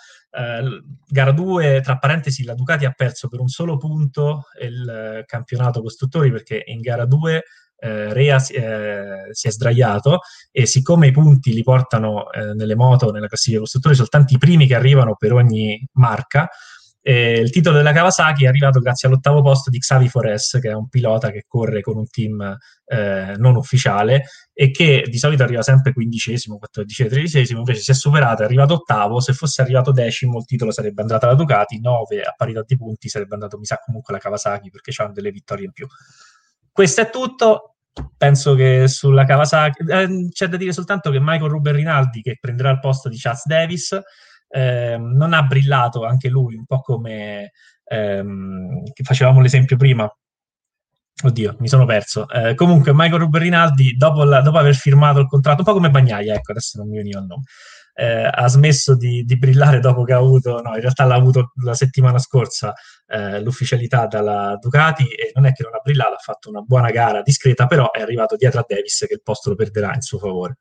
gara 2, tra parentesi la Ducati ha perso per un solo punto il campionato costruttori, perché in gara 2 Rea si è sdraiato, e siccome i punti li portano nelle moto, nella classifica costruttori, soltanto i primi che arrivano per ogni marca, il titolo della Kawasaki è arrivato grazie all'8° posto di Xavi Forés, che è un pilota che corre con un team non ufficiale e che di solito arriva sempre 15°, 14°, 13°, invece si è superato, è arrivato 8°. Se fosse arrivato 10° il titolo sarebbe andato alla Ducati, 9 a parità di punti sarebbe andato, mi sa, comunque alla Kawasaki, perché c'hanno delle vittorie in più. Questo è tutto. Penso che sulla Kawasaki c'è da dire soltanto che Michael Ruben Rinaldi, che prenderà il posto di Chaz Davis, non ha brillato anche lui, un po' come che facevamo l'esempio prima. Oddio, mi sono perso. Comunque Michael Ruben Rinaldi, dopo aver firmato il contratto, un po' come Bagnaia, ecco, adesso non mi veniva il nome, ha smesso di brillare dopo che ha avuto, no, in realtà l'ha avuto la settimana scorsa, l'ufficialità dalla Ducati, e non è che non ha brillato, ha fatto una buona gara discreta, però è arrivato dietro a Davis, che il posto lo perderà in suo favore.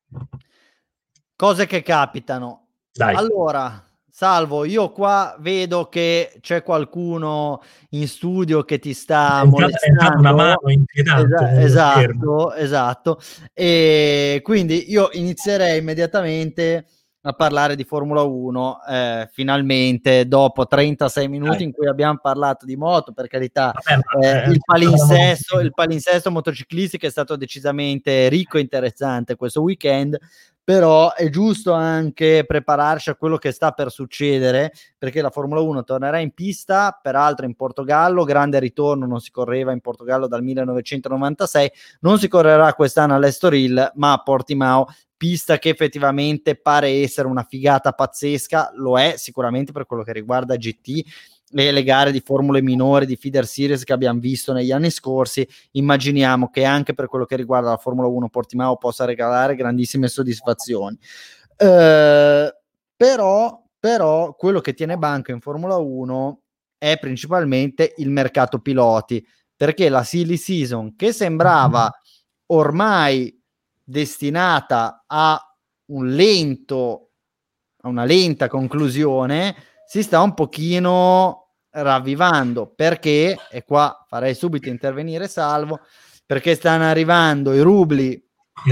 Cose che capitano. Dai. Allora, Salvo, io qua vedo che c'è qualcuno in studio che ti sta molestando. È entrata una mano inquietante. Esatto. E quindi io inizierei immediatamente a parlare di Formula 1, finalmente, dopo 36 minuti in cui abbiamo parlato di moto, per carità. Il palinsesto motociclistico è stato decisamente ricco e interessante questo weekend, però è giusto anche prepararci a quello che sta per succedere, perché la Formula 1 tornerà in pista, peraltro in Portogallo, grande ritorno, non si correva in Portogallo dal 1996, non si correrà quest'anno all'Estoril, ma a Portimao, pista che effettivamente pare essere una figata pazzesca, lo è sicuramente per quello che riguarda GT e le gare di formule minori, di feeder series che abbiamo visto negli anni scorsi. Immaginiamo che anche per quello che riguarda la Formula 1 Portimao possa regalare grandissime soddisfazioni. Però quello che tiene banco in Formula 1 è principalmente il mercato piloti, perché la silly season, che sembrava ormai destinata a una lenta conclusione, si sta un pochino ravvivando, perché, e qua farei subito intervenire Salvo, perché stanno arrivando i rubli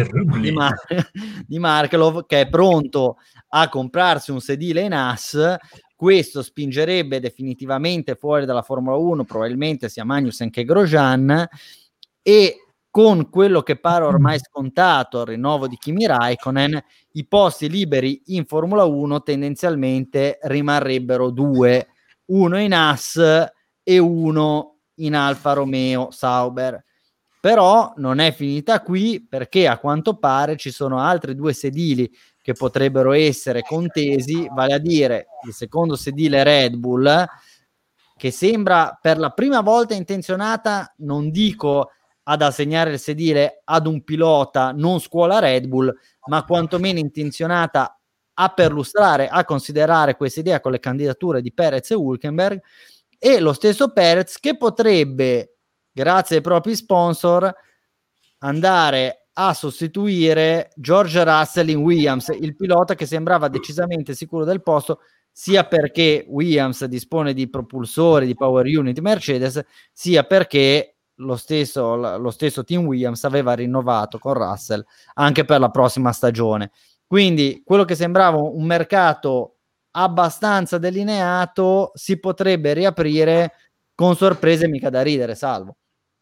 di Markelov, che è pronto a comprarsi un sedile in AS. Questo spingerebbe definitivamente fuori dalla Formula 1 probabilmente sia Magnussen che Grosjean, e con quello che pare ormai scontato, il rinnovo di Kimi Raikkonen, i posti liberi in Formula 1 tendenzialmente rimarrebbero 2, uno in AS e uno in Alfa Romeo Sauber. Però non è finita qui, perché a quanto pare ci sono altri 2 sedili che potrebbero essere contesi, vale a dire il secondo sedile Red Bull, che sembra per la prima volta intenzionata, non dico ad assegnare il sedile ad un pilota non scuola Red Bull, ma quantomeno intenzionata a perlustrare, a considerare questa idea con le candidature di Perez e Hülkenberg, e lo stesso Perez che potrebbe, grazie ai propri sponsor, andare a sostituire George Russell in Williams, il pilota che sembrava decisamente sicuro del posto, sia perché Williams dispone di propulsori, di power unit Mercedes, sia perché lo stesso team Williams aveva rinnovato con Russell anche per la prossima stagione. Quindi quello che sembrava un mercato abbastanza delineato si potrebbe riaprire con sorprese mica da ridere, Salvo.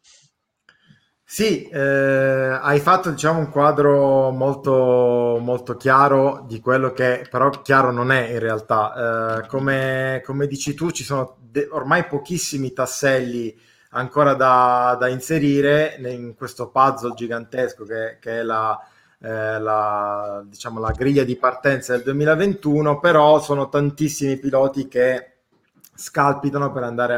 Sì, hai fatto, diciamo, un quadro molto, molto chiaro di quello che però chiaro non è in realtà. Come dici tu, ci sono ormai pochissimi tasselli ancora da inserire in questo puzzle gigantesco che è diciamo la griglia di partenza del 2021, però sono tantissimi piloti che scalpitano per andare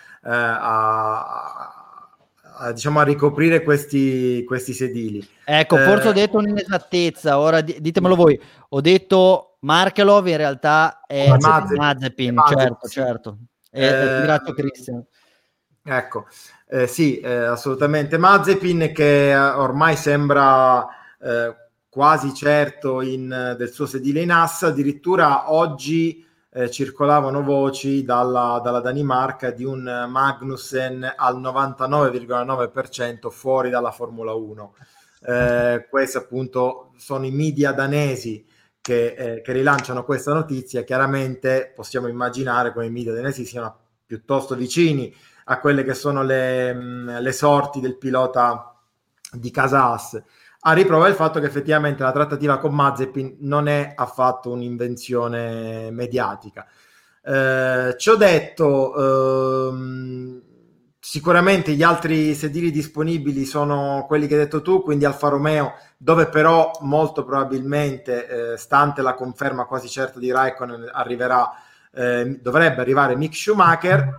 diciamo a ricoprire questi sedili. Ecco, forse ho detto un'inesattezza, ora ditemelo voi. Ho detto Markelov, in realtà è Mazepin, certo. Ringrazio Christian. Ecco, sì, assolutamente Mazepin, che ormai sembra quasi certo del suo sedile in assa. Addirittura oggi circolavano voci dalla Danimarca di un Magnussen al 99,9% fuori dalla Formula 1. Questi appunto sono i media danesi che rilanciano questa notizia. Chiaramente possiamo immaginare come i media danesi siano piuttosto vicini a quelle che sono le sorti del pilota di casa Haas, a riprova del fatto che effettivamente la trattativa con Mazepin non è affatto un'invenzione mediatica. Ciò detto, sicuramente gli altri sedili disponibili sono quelli che hai detto tu, quindi Alfa Romeo, dove però molto probabilmente, stante la conferma quasi certa di Raikkonen, dovrebbe arrivare Mick Schumacher.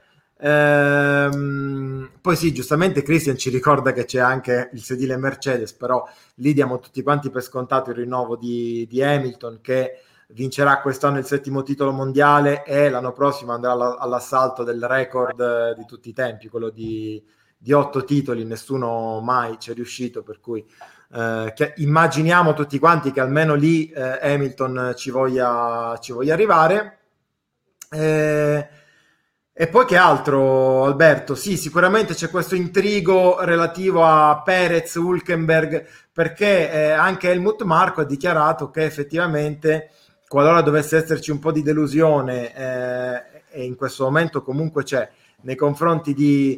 Poi sì, giustamente Christian ci ricorda che c'è anche il sedile Mercedes, però lì diamo tutti quanti per scontato il rinnovo di Hamilton, che vincerà quest'anno il 7° titolo mondiale e l'anno prossimo andrà all'assalto del record di tutti i tempi, quello di 8 titoli. Nessuno mai ci è riuscito, per cui immaginiamo tutti quanti che almeno lì Hamilton ci voglia arrivare. E poi che altro, Alberto? Sì, sicuramente c'è questo intrigo relativo a Perez, Hülkenberg, perché anche Helmut Marko ha dichiarato che effettivamente, qualora dovesse esserci un po' di delusione, e in questo momento comunque c'è, nei confronti di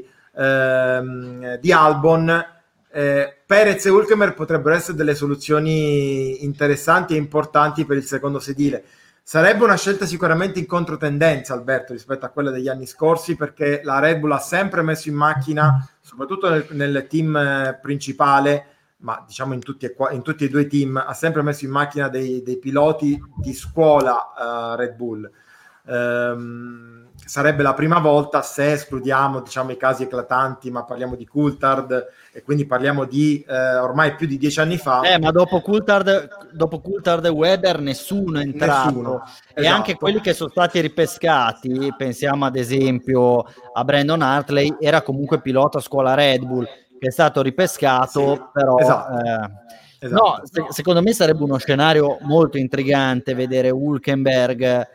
Albon, Perez e Hülkenberg potrebbero essere delle soluzioni interessanti e importanti per il secondo sedile. Sarebbe una scelta sicuramente in controtendenza, Alberto, rispetto a quella degli anni scorsi, perché la Red Bull ha sempre messo in macchina, soprattutto nel team principale, ma diciamo in tutti e due i team, ha sempre messo in macchina dei piloti di scuola Red Bull. Sarebbe la prima volta, se escludiamo diciamo i casi eclatanti, ma parliamo di Coulthard e quindi parliamo di ormai più di 10 anni fa. Ma dopo Coulthard e Webber nessuno è entrato. E esatto. Anche quelli che sono stati ripescati, pensiamo ad esempio a Brandon Hartley, era comunque pilota a scuola Red Bull, che è stato ripescato, sì, però esatto. No, secondo me sarebbe uno scenario molto intrigante vedere Hülkenberg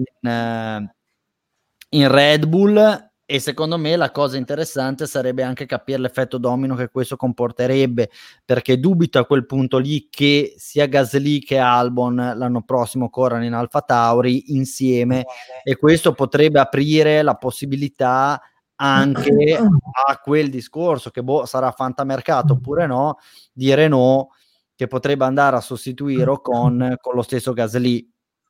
in Red Bull, e secondo me la cosa interessante sarebbe anche capire l'effetto domino che questo comporterebbe, perché dubito a quel punto lì che sia Gasly che Albon l'anno prossimo corrano in Alfa Tauri insieme, e questo potrebbe aprire la possibilità anche a quel discorso che sarà fantamercato oppure no, di Renault, che potrebbe andare a sostituire Ocon con lo stesso Gasly.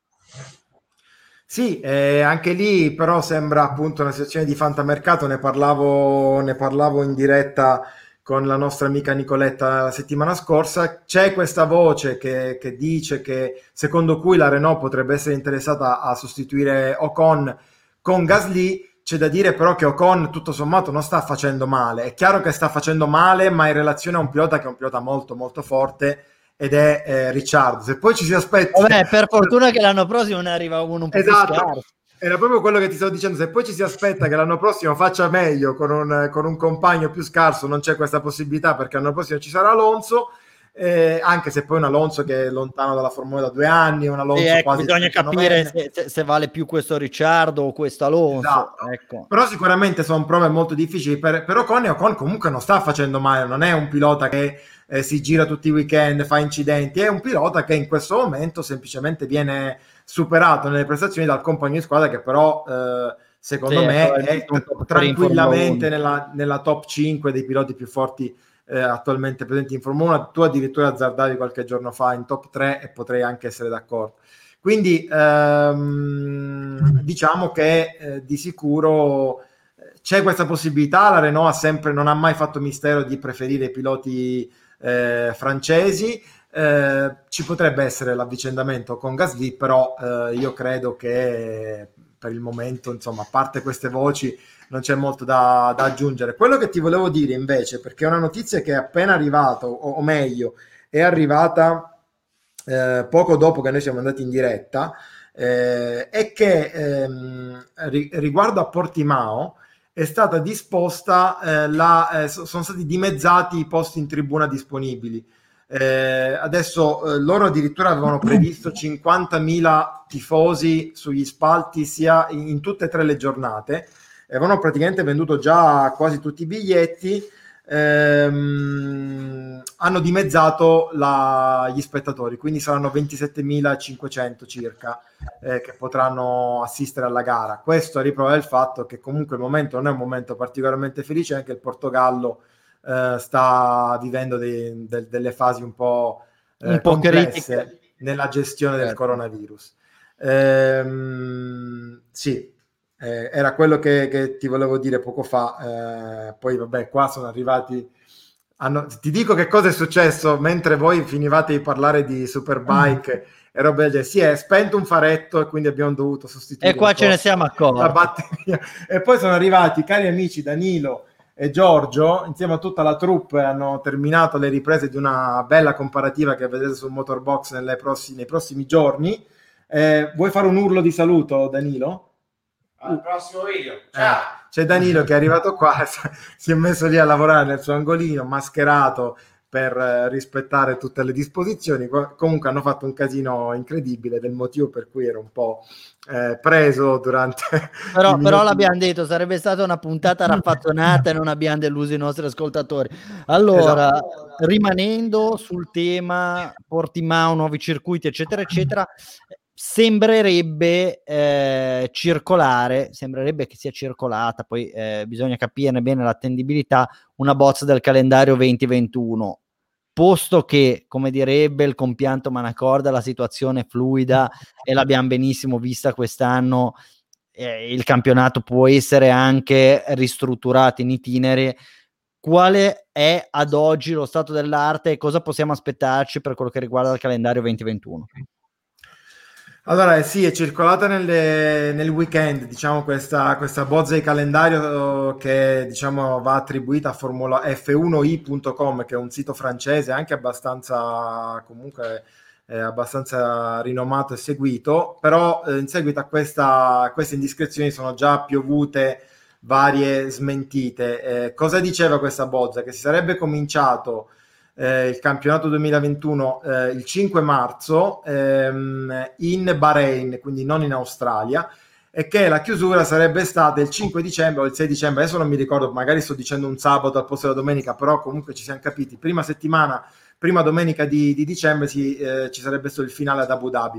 Sì, anche lì però sembra appunto una situazione di fantamercato. Ne parlavo in diretta con la nostra amica Nicoletta la settimana scorsa. C'è questa voce che dice che secondo cui la Renault potrebbe essere interessata a sostituire Ocon con Gasly. C'è da dire però che Ocon tutto sommato non sta facendo male. È chiaro che sta facendo male, ma in relazione a un pilota che è un pilota molto molto forte, ed è Ricciardo. Se poi ci si aspetta, vabbè, per fortuna che l'anno prossimo ne arriva uno un po' esatto, più scarso. Era proprio quello che ti stavo dicendo. Se poi ci si aspetta che l'anno prossimo faccia meglio con un compagno più scarso, non c'è questa possibilità, perché l'anno prossimo ci sarà Alonso, anche se poi un Alonso che è lontano dalla Formula da 2 anni, un Alonso quasi bisogna capire se vale più questo Ricciardo o questo Alonso. Esatto. Ecco. Però sicuramente sono prove molto difficili per Ocon, e Ocon comunque non sta facendo male, non è un pilota che si gira tutti i weekend, fa incidenti, è un pilota che in questo momento semplicemente viene superato nelle prestazioni dal compagno di squadra, che però secondo me è tranquillamente nella top 5 dei piloti più forti attualmente presenti in Formula 1. Tu addirittura azzardavi qualche giorno fa in top 3 e potrei anche essere d'accordo. Quindi diciamo che di sicuro c'è questa possibilità. La Renault non ha mai fatto mistero di preferire i piloti francesi. Ci potrebbe essere l'avvicendamento con Gasly, però io credo che per il momento, insomma, a parte queste voci, non c'è molto da aggiungere. Quello che ti volevo dire invece, perché è una notizia che è appena arrivata, o meglio, è arrivata poco dopo che noi siamo andati in diretta, è che riguardo a Portimao è stata disposta, sono stati dimezzati i posti in tribuna disponibili. Adesso loro addirittura avevano previsto 50.000 tifosi sugli spalti sia in tutte e 3 le giornate, avevano praticamente venduto già quasi tutti i biglietti. Hanno dimezzato gli spettatori, quindi saranno 27.500 circa che potranno assistere alla gara. Questo a riprova del fatto che comunque il momento non è un momento particolarmente felice, anche il Portogallo sta vivendo delle fasi un po' complesse nella gestione del coronavirus. Sì, era quello che ti volevo dire poco fa. Poi vabbè, qua sono arrivati. Ti dico che cosa è successo mentre voi finivate di parlare di Superbike e roba del genere. Si è spento un faretto e quindi abbiamo dovuto sostituire. E qua ce ne siamo accorti. La batteria. E poi sono arrivati i cari amici Danilo e Giorgio, insieme a tutta la troupe, hanno terminato le riprese di una bella comparativa che vedete sul Motorbox nei prossimi giorni. Vuoi fare un urlo di saluto, Danilo? Al prossimo video. Ciao! C'è Danilo che è arrivato qua, si è messo lì a lavorare nel suo angolino, mascherato per rispettare tutte le disposizioni. Comunque hanno fatto un casino incredibile, del motivo per cui ero un po' preso durante però l'abbiamo detto, sarebbe stata una puntata raffazzonata e non abbiamo deluso i nostri ascoltatori. Allora, esatto. Rimanendo sul tema Portimao, nuovi circuiti eccetera eccetera, sembrerebbe che sia circolata, poi bisogna capirne bene l'attendibilità, una bozza del calendario 2021, posto che, come direbbe il compianto Manacorda, la situazione è fluida e l'abbiamo benissimo vista quest'anno, il campionato può essere anche ristrutturato in itinere. Quale è ad oggi lo stato dell'arte e cosa possiamo aspettarci per quello che riguarda il calendario 2021? Allora sì, è circolata nel weekend, diciamo, questa bozza di calendario che, diciamo, va attribuita a Formula F1i.com, che è un sito francese anche abbastanza, comunque abbastanza rinomato e seguito, però in seguito a queste indiscrezioni sono già piovute varie smentite. Cosa diceva questa bozza? Che si sarebbe cominciato il campionato 2021 il 5 marzo in Bahrain, quindi non in Australia, e che la chiusura sarebbe stata il 5 dicembre o il 6 dicembre, adesso non mi ricordo, magari sto dicendo un sabato al posto della domenica, però comunque ci siamo capiti, prima domenica di dicembre ci sarebbe stato il finale ad Abu Dhabi.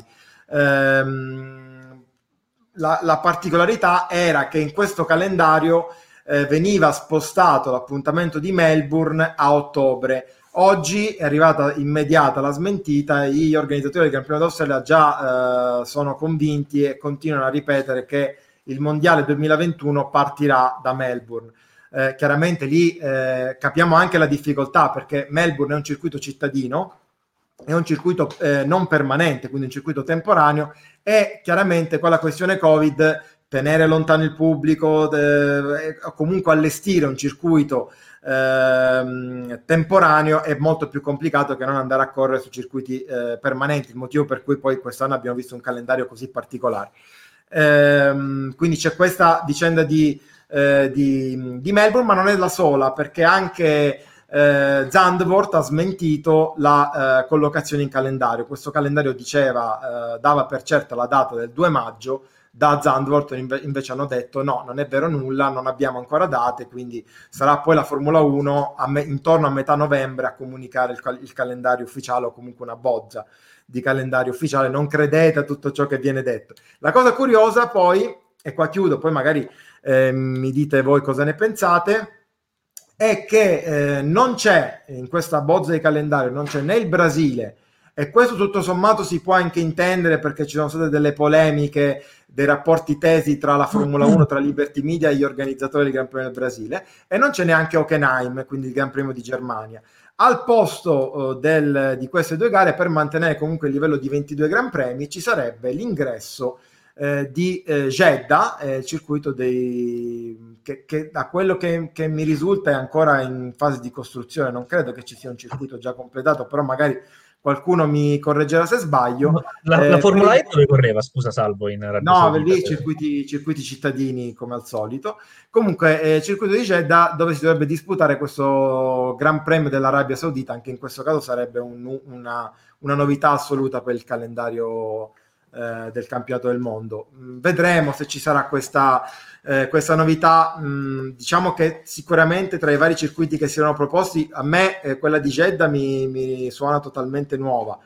La particolarità era che in questo calendario veniva spostato l'appuntamento di Melbourne a ottobre. Oggi è arrivata immediata la smentita, gli organizzatori del campionato d'Australia già sono convinti e continuano a ripetere che il mondiale 2021 partirà da Melbourne. Chiaramente lì capiamo anche la difficoltà, perché Melbourne è un circuito cittadino, è un circuito non permanente, quindi un circuito temporaneo, e chiaramente con la questione Covid tenere lontano il pubblico, comunque allestire un circuito temporaneo è molto più complicato che non andare a correre su circuiti permanenti, il motivo per cui poi quest'anno abbiamo visto un calendario così particolare. Quindi c'è questa vicenda di Melbourne, ma non è la sola, perché anche Zandvoort ha smentito la collocazione in calendario. Questo calendario dava per certa la data del 2 maggio, da Zandvoort invece hanno detto no, non è vero nulla, non abbiamo ancora date, quindi sarà poi la Formula 1 intorno a metà novembre a comunicare il calendario ufficiale, o comunque una bozza di calendario ufficiale. Non credete a tutto ciò che viene detto. La cosa curiosa poi, e qua chiudo, poi magari mi dite voi cosa ne pensate, è che non c'è in questa bozza di calendario, non c'è né il Brasile e questo tutto sommato si può anche intendere perché ci sono state delle polemiche, dei rapporti tesi tra la Formula 1, tra Liberty Media e gli organizzatori del Gran Premio del Brasile, e non c'è neanche Hockenheim, quindi il Gran Premio di Germania. Al posto di queste due gare, per mantenere comunque il livello di 22 Gran Premi, ci sarebbe l'ingresso di Jeddah, circuito che da quello che mi risulta è ancora in fase di costruzione, non credo che ci sia un circuito già completato, però magari qualcuno mi correggerà se sbaglio. La Formula E dove correva, scusa Salvo, in Arabia Saudita? No, lì circuiti cittadini come al solito. Comunque circuito di Jeddah, dove si dovrebbe disputare questo Gran Premio dell'Arabia Saudita, anche in questo caso sarebbe una novità assoluta per il calendario del campionato del mondo. Vedremo se ci sarà questa novità. Diciamo che sicuramente tra i vari circuiti che si erano proposti, a me quella di Jeddah mi suona totalmente nuova.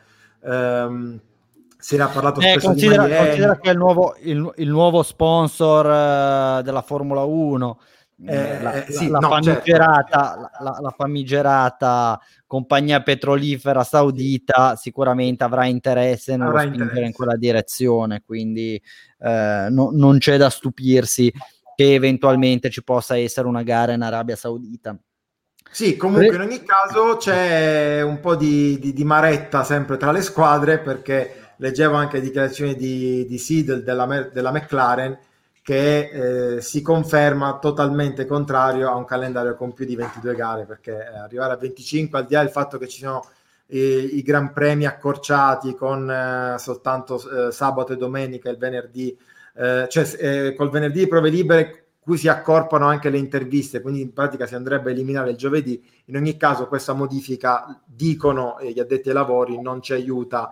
Si era parlato spesso di Miami. Considera che è il nuovo sponsor della Formula 1, la famigerata compagnia petrolifera saudita sicuramente avrà interesse nello spingere in quella direzione, quindi non c'è da stupirsi che eventualmente ci possa essere una gara in Arabia Saudita. Sì, comunque in ogni caso c'è un po' di maretta sempre tra le squadre, perché leggevo anche dichiarazioni di Seidel della McLaren che si conferma totalmente contrario a un calendario con più di 22 gare, perché arrivare a 25, al di là del fatto che ci sono i Gran Premi accorciati con soltanto sabato e domenica, il venerdì, col venerdì di prove libere cui si accorpano anche le interviste, quindi in pratica si andrebbe a eliminare il giovedì. In ogni caso questa modifica, dicono gli addetti ai lavori, non ci aiuta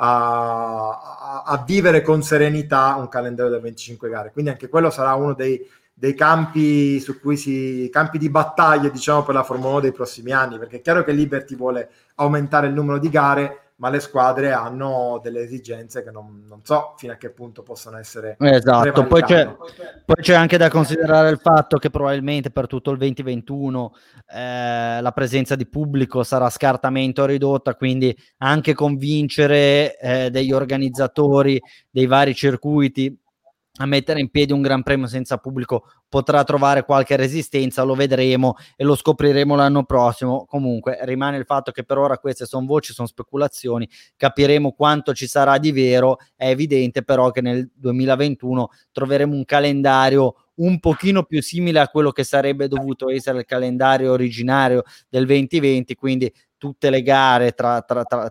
a vivere con serenità un calendario da 25 gare, quindi anche quello sarà uno dei campi su cui campi di battaglia, diciamo, per la Formula 1 dei prossimi anni, perché è chiaro che Liberty vuole aumentare il numero di gare, ma le squadre hanno delle esigenze che non so fino a che punto possono essere esatto. Poi c'è anche da considerare il fatto che probabilmente per tutto il 2021 la presenza di pubblico sarà scartamento ridotta, quindi anche convincere degli organizzatori dei vari circuiti a mettere in piedi un Gran Premio senza pubblico potrà trovare qualche resistenza, lo vedremo e lo scopriremo l'anno prossimo. Comunque rimane il fatto che per ora queste sono voci, sono speculazioni, capiremo quanto ci sarà di vero. È evidente però che nel 2021 troveremo un calendario un pochino più simile a quello che sarebbe dovuto essere il calendario originario del 2020, quindi tutte le gare tra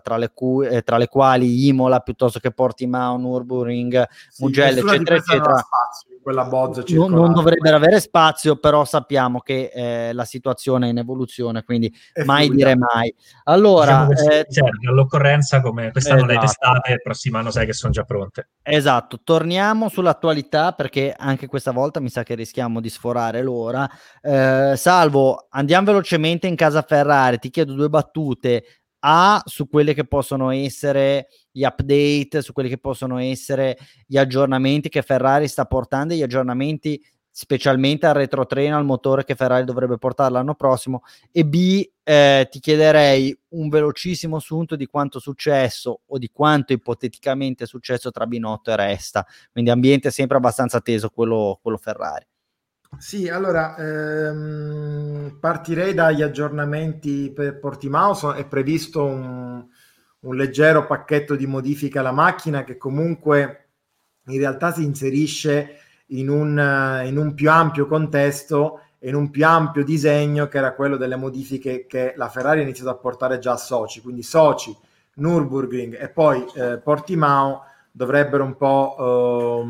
le quali Imola piuttosto che Portimao, Nürburgring, Mugello, eccetera eccetera, quella bozza non dovrebbero avere spazio, però sappiamo che la situazione è in evoluzione, quindi mai dire mai. Allora diciamo all'occorrenza, come quest'anno le testate, il prossimo anno sai che sono già pronte. Esatto, torniamo sull'attualità, perché anche questa volta mi sa che rischiamo di sforare l'ora. Salvo, andiamo velocemente in casa Ferrari, ti chiedo due battute su quelle che possono essere gli update, su quelli che possono essere gli aggiornamenti che Ferrari sta portando, gli aggiornamenti specialmente al retrotreno, al motore che Ferrari dovrebbe portare l'anno prossimo, e B, ti chiederei un velocissimo assunto di quanto successo o di quanto ipoteticamente è successo tra Binotto e Resta, quindi ambiente sempre abbastanza teso quello Ferrari. Sì, allora partirei dagli aggiornamenti per Portimao. È previsto un leggero pacchetto di modifiche alla macchina che comunque in realtà si inserisce in un più ampio contesto e in un più ampio disegno, che era quello delle modifiche che la Ferrari ha iniziato a portare già a Sochi, quindi Sochi, Nürburgring e poi Portimao dovrebbero un po'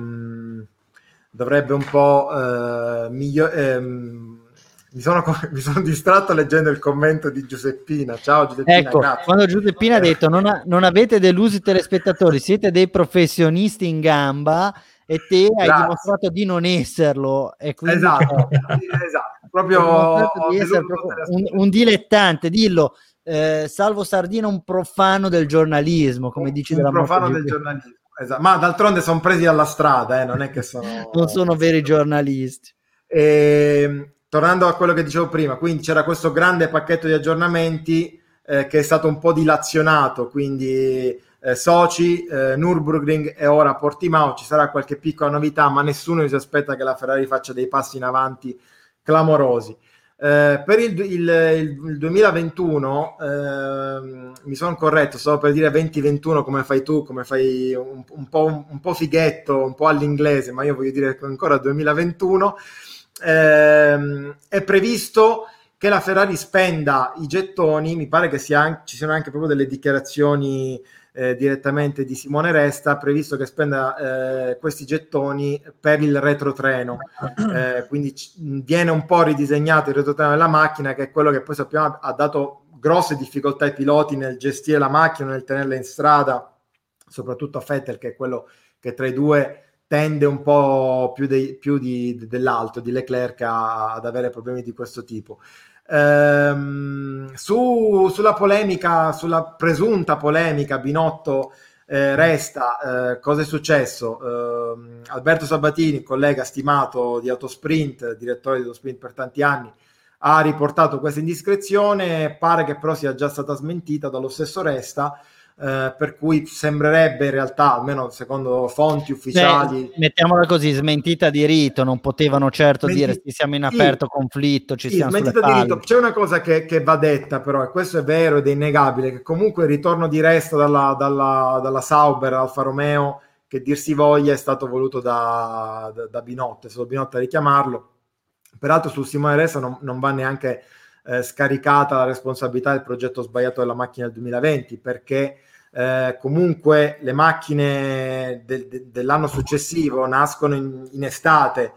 mi sono distratto leggendo il commento di Giuseppina. Ciao Giuseppina, ecco, grazie. Quando Giuseppina ha detto non avete deluso i telespettatori, siete dei professionisti in gamba, e te hai dimostrato di non esserlo, e quindi esatto. Proprio di essere un dilettante, dillo. Salvo Sardina, un profano del giornalismo, come dici, un profano del giornalismo. Esatto. Ma d'altronde sono presi dalla strada, non è che non sono veri giornalisti. Tornando a quello che dicevo prima, quindi c'era questo grande pacchetto di aggiornamenti che è stato un po' dilazionato, quindi Sochi, Nürburgring e ora Portimao. Ci sarà qualche piccola novità, ma nessuno si aspetta che la Ferrari faccia dei passi in avanti clamorosi. Per il 2021 mi sono corretto, stavo per dire 2021 come fai tu, come fai un po' fighetto, un po' all'inglese, ma io voglio dire ancora 2021. È previsto che la Ferrari spenda i gettoni, mi pare che ci siano anche proprio delle dichiarazioni direttamente di Simone Resta, previsto che spenda questi gettoni per il retrotreno, quindi viene un po' ridisegnato il retrotreno della macchina, che è quello che poi sappiamo ha dato grosse difficoltà ai piloti nel gestire la macchina, nel tenerla in strada, soprattutto a Vettel, che è quello che tra i due tende un po' più dell'altro, di Leclerc, ad avere problemi di questo tipo. Sulla polemica, sulla presunta polemica Binotto Resta, cosa è successo? Alberto Sabatini, collega stimato di Autosprint, direttore di Autosprint per tanti anni, ha riportato questa indiscrezione, pare che però sia già stata smentita dallo stesso Resta, per cui sembrerebbe in realtà, almeno secondo fonti ufficiali, mettiamola così, smentita di rito, non potevano certo dire siamo in aperto conflitto, ci siamo sulle palle. Di rito. C'è una cosa che va detta però, e questo è vero ed è innegabile, che comunque il ritorno di Resta dalla Sauber Alfa Romeo, che dir si voglia, è stato voluto da Binotto, è stato Binotto a richiamarlo. Peraltro sul Simone Resta non va neanche scaricata la responsabilità del progetto sbagliato della macchina del 2020, perché comunque le macchine dell'anno successivo nascono in estate,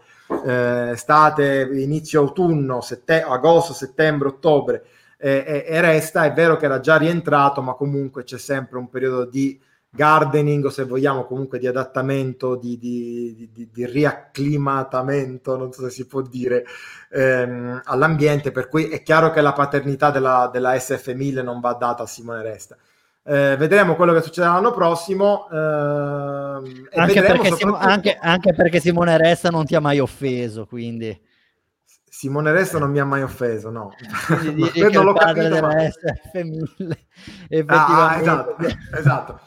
inizio autunno, agosto, settembre, ottobre, e Resta è vero che era già rientrato, ma comunque c'è sempre un periodo di gardening, o se vogliamo comunque di adattamento, di riacclimatamento, non so se si può dire, all'ambiente, per cui è chiaro che la paternità della SF1000 non va data a Simone Resta. Vedremo quello che succederà l'anno prossimo, anche perché Simone Resta non ti ha mai offeso, quindi Simone Resta non mi ha mai offeso, no. Non l'ho capito, della SF1000 effettivamente. Esatto.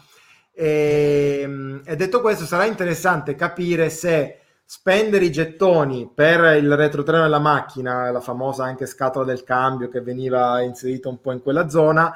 E detto questo, sarà interessante capire se spendere i gettoni per il retrotreno della macchina, la famosa anche scatola del cambio che veniva inserita un po' in quella zona,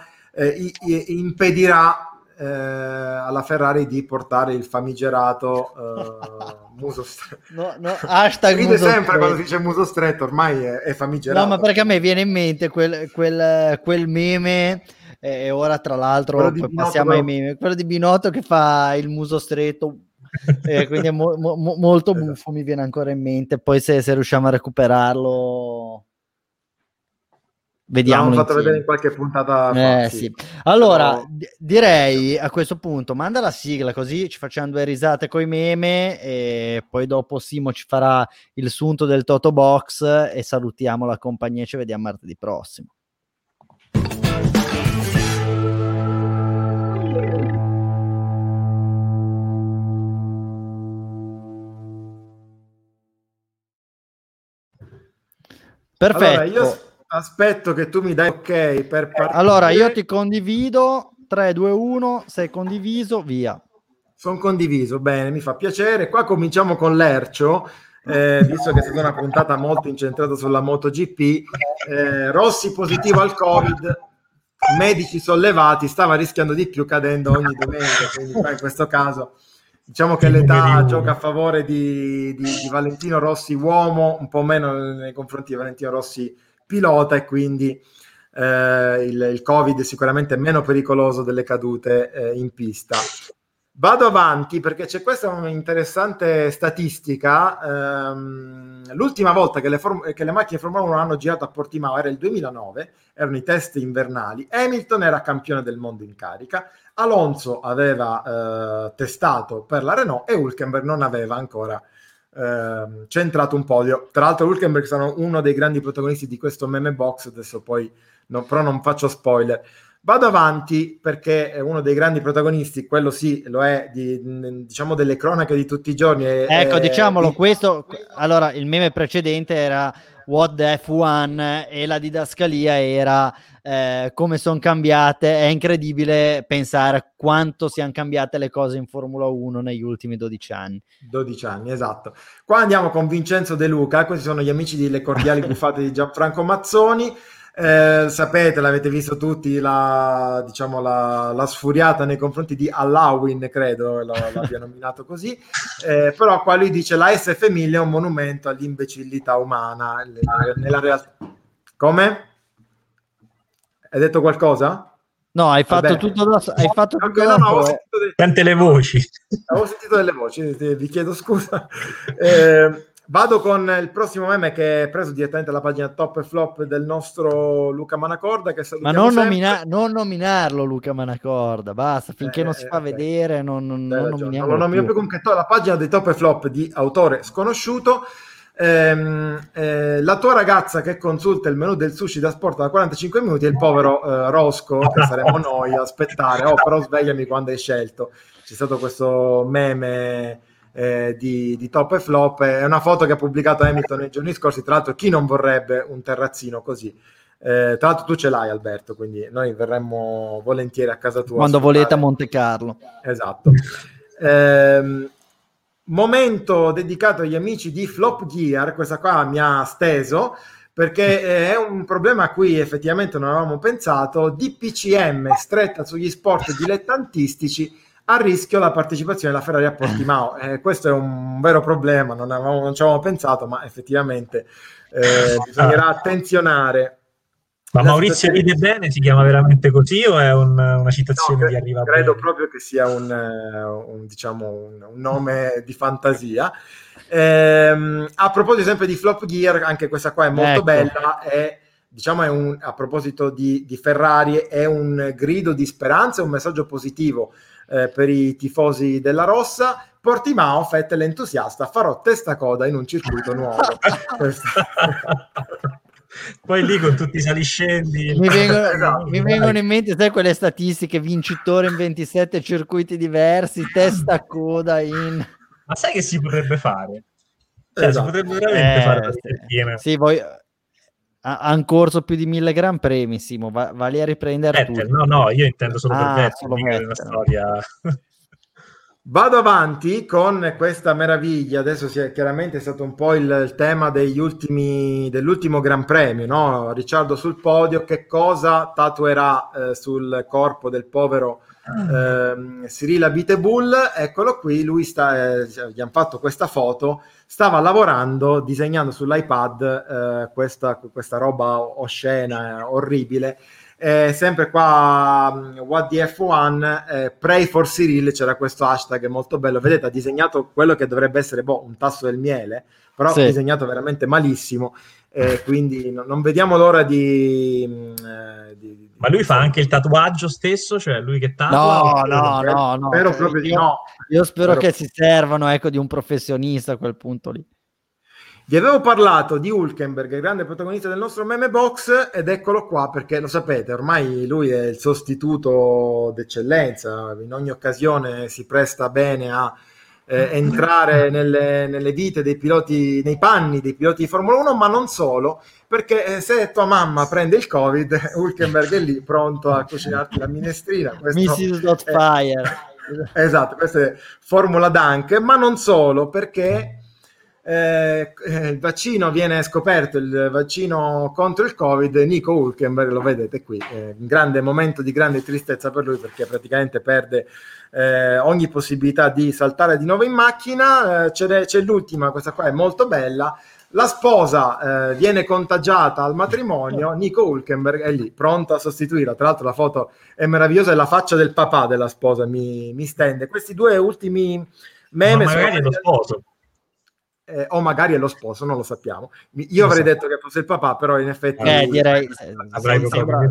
impedirà alla Ferrari di portare il famigerato muso stretto. Hashtag ride sempre quando si dice muso stretto, ormai è famigerato. No, ma perché a me viene in mente quel meme, e ora tra l'altro poi passiamo ai meme, quello di Binotto che fa il muso stretto, quindi è molto buffo, mi viene ancora in mente. Poi se riusciamo a recuperarlo, vediamo. L'hanno fatto vedere in qualche puntata fa, sì. Allora direi a questo punto manda la sigla, così ci facciamo due risate coi meme, e poi dopo Simo ci farà il sunto del Toto Box e salutiamo la compagnia e ci vediamo martedì prossimo. Perfetto. Allora, io aspetto che tu mi dai ok per partire. Allora, io ti condivido. 3, 2, 1, sei condiviso, via. Sono condiviso, bene, mi fa piacere. Qua cominciamo con l'Ercio, visto che è stata una puntata molto incentrata sulla MotoGP. Rossi positivo al Covid, medici sollevati, stava rischiando di più cadendo ogni domenica, quindi qua in questo caso diciamo che l'età gioca a favore di Valentino Rossi uomo, un po' meno nei confronti di Valentino Rossi pilota, e quindi il Covid è sicuramente meno pericoloso delle cadute in pista. Vado avanti perché c'è questa un'interessante statistica. L'ultima volta che le macchine Formula 1 hanno girato a Portimao era il 2009, erano i test invernali. Hamilton era campione del mondo in carica, Alonso aveva testato per la Renault e Hülkenberg non aveva ancora centrato un podio. Tra l'altro Hülkenberg sarà uno dei grandi protagonisti di questo meme box, adesso poi però non faccio spoiler. Vado avanti perché è uno dei grandi protagonisti, quello sì, lo è, diciamo delle cronache di tutti i giorni. Ecco, diciamolo, questo, allora il meme precedente era What the F1 e la didascalia era come sono cambiate. È incredibile pensare a quanto siano cambiate le cose in Formula 1 negli ultimi 12 anni. 12 anni, esatto. Qua andiamo con Vincenzo De Luca, questi sono gli amici di Le Cordiali Buffate di Gianfranco Mazzoni. Sapete, l'avete visto tutti, la sfuriata nei confronti di Allowin, credo l'abbia nominato così, però qua lui dice la SF 1000 è un monumento all'imbecillità umana nella realtà. Come? Hai detto qualcosa? No, hai fatto tutto da solo. Tante le voci. Avevo sentito delle voci, vi chiedo scusa. Vado con il prossimo meme che è preso direttamente dalla pagina Top e Flop del nostro Luca Manacorda. Ma non nominarlo Luca Manacorda, basta, finché non si fa vedere, non nominiamo. Non lo nomino più, comunque la pagina dei Top e Flop di autore sconosciuto. La tua ragazza che consulta il menù del sushi da sport da 45 minuti e il povero Rosco, che saremmo noi, a aspettare, però svegliami quando hai scelto. C'è stato questo meme di Top e Flop, è una foto che ha pubblicato Hamilton nei giorni scorsi. Tra l'altro, chi non vorrebbe un terrazzino così? Tra l'altro tu ce l'hai, Alberto, quindi noi verremmo volentieri a casa tua quando volete a Monte Carlo. Esatto. Momento dedicato agli amici di Flop Gear. Questa qua mi ha steso perché è un problema a cui effettivamente non avevamo pensato. DPCM stretta sugli sport dilettantistici, a rischio la partecipazione della Ferrari a Portimao. Questo è un vero problema, non ci avevamo pensato, ma effettivamente bisognerà attenzionare. Ma Maurizio ride bene, si chiama veramente così o è una citazione di Arriva credo bene? Proprio che sia un nome di fantasia. A proposito sempre di Flop Gear, anche questa qua è molto bella, a proposito di Ferrari, è un grido di speranza, un messaggio positivo per i tifosi della rossa. Portimao, Vettel entusiasta, farò testa coda in un circuito nuovo. Poi lì con tutti i saliscendi mi vengono in mente, sai, quelle statistiche: vincitore in 27 circuiti diversi, testa coda in... Ma sai che si potrebbe fare? Cioè, si potrebbe veramente fare sì, han corso più di 1000 Gran Premi, Simo, va lì a riprendere tutto. No, io intendo solo per Vettel, una storia... Vado avanti con questa meraviglia. Adesso chiaramente è stato un po' il tema dell'ultimo Gran Premio, no? Ricciardo sul podio, che cosa tatuerà sul corpo del povero Cyril Abiteboul? Eccolo qui, lui gli hanno fatto questa foto, stava lavorando, disegnando sull'iPad questa roba oscena, orribile. Sempre qua What the F1 Pray for Cyril, c'era questo hashtag molto bello, vedete, ha disegnato quello che dovrebbe essere un tasso del miele, però sì, disegnato veramente malissimo, quindi non vediamo l'ora di ma lui fa anche il tatuaggio stesso, cioè lui che tatua? No, spero proprio di no. Io spero che si servano, di un professionista a quel punto lì. Vi avevo parlato di Hülkenberg, grande protagonista del nostro meme box, ed eccolo qua, perché lo sapete, ormai lui è il sostituto d'eccellenza, in ogni occasione si presta bene a entrare nelle vite dei piloti, nei panni dei piloti di Formula 1, ma non solo, perché se tua mamma prende il Covid, Hülkenberg è lì pronto a cucinarti la minestrina. Mrs. Dotfire. Esatto, questa è Formula Dunk, ma non solo, perché il vaccino viene scoperto, il vaccino contro il Covid. Nico Hülkenberg, lo vedete qui, un grande momento di grande tristezza per lui, perché praticamente perde ogni possibilità di saltare di nuovo in macchina. C'è l'ultima, questa qua è molto bella. La sposa viene contagiata al matrimonio, Nico Hülkenberg è lì pronto a sostituirla. Tra l'altro la foto è meravigliosa, è la faccia del papà della sposa, mi stende. Questi due ultimi meme, ma magari è lo sposo. O magari è lo sposo, non lo sappiamo. Io avrei detto che fosse il papà, però in effetti direi sembra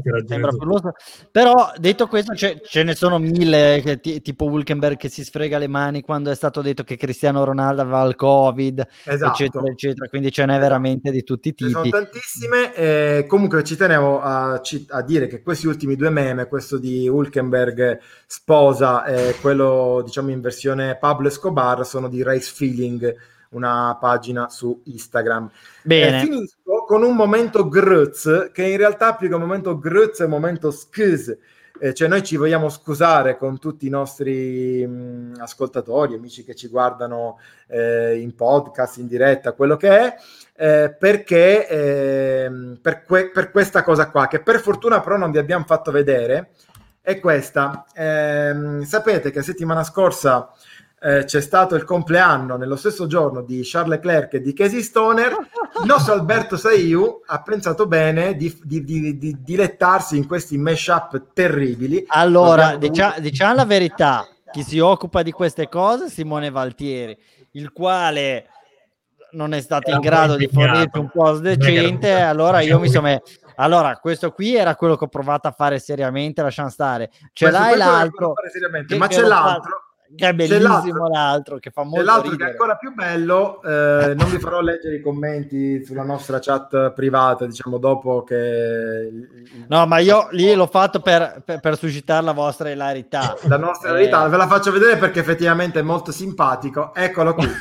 però detto questo ce ne sono mille tipo Hülkenberg che si sfrega le mani quando è stato detto che Cristiano Ronaldo aveva il Covid, eccetera eccetera, quindi ce n'è veramente di tutti i tipi. Ci sono tantissime. Comunque ci tenevo a dire che questi ultimi due meme, questo di Hülkenberg sposa e quello diciamo in versione Pablo Escobar, sono di Race Feeling, una pagina su Instagram. Bene. Finisco con un momento gruz, che in realtà più che un momento gruz è un momento scus. Cioè noi ci vogliamo scusare con tutti i nostri ascoltatori, amici che ci guardano in podcast, in diretta, quello che è, perché per questa cosa qua, che per fortuna però non vi abbiamo fatto vedere, è questa. Sapete che settimana scorsa c'è stato il compleanno nello stesso giorno di Charles Leclerc e di Casey Stoner. Il nostro Alberto Saiu ha pensato bene di dilettarsi in questi mashup terribili. Allora, diciamo la verità, chi si occupa di queste cose è Simone Valtieri, il quale non è stato in grado di fornirci un post decente. Allora io mi sono allora questo qui era quello che ho provato a fare seriamente, lasciamo stare. Ce l'hai l'altro, ma c'è l'altro che è bellissimo, l'altro che fa molto l'altro ridere. che è ancora più bello. Non vi farò leggere i commenti sulla nostra chat privata, diciamo, dopo che no, ma io lì l'ho fatto per suscitare la vostra ilarità. La nostra ilarità ve la faccio vedere perché effettivamente è molto simpatico. Eccolo qui.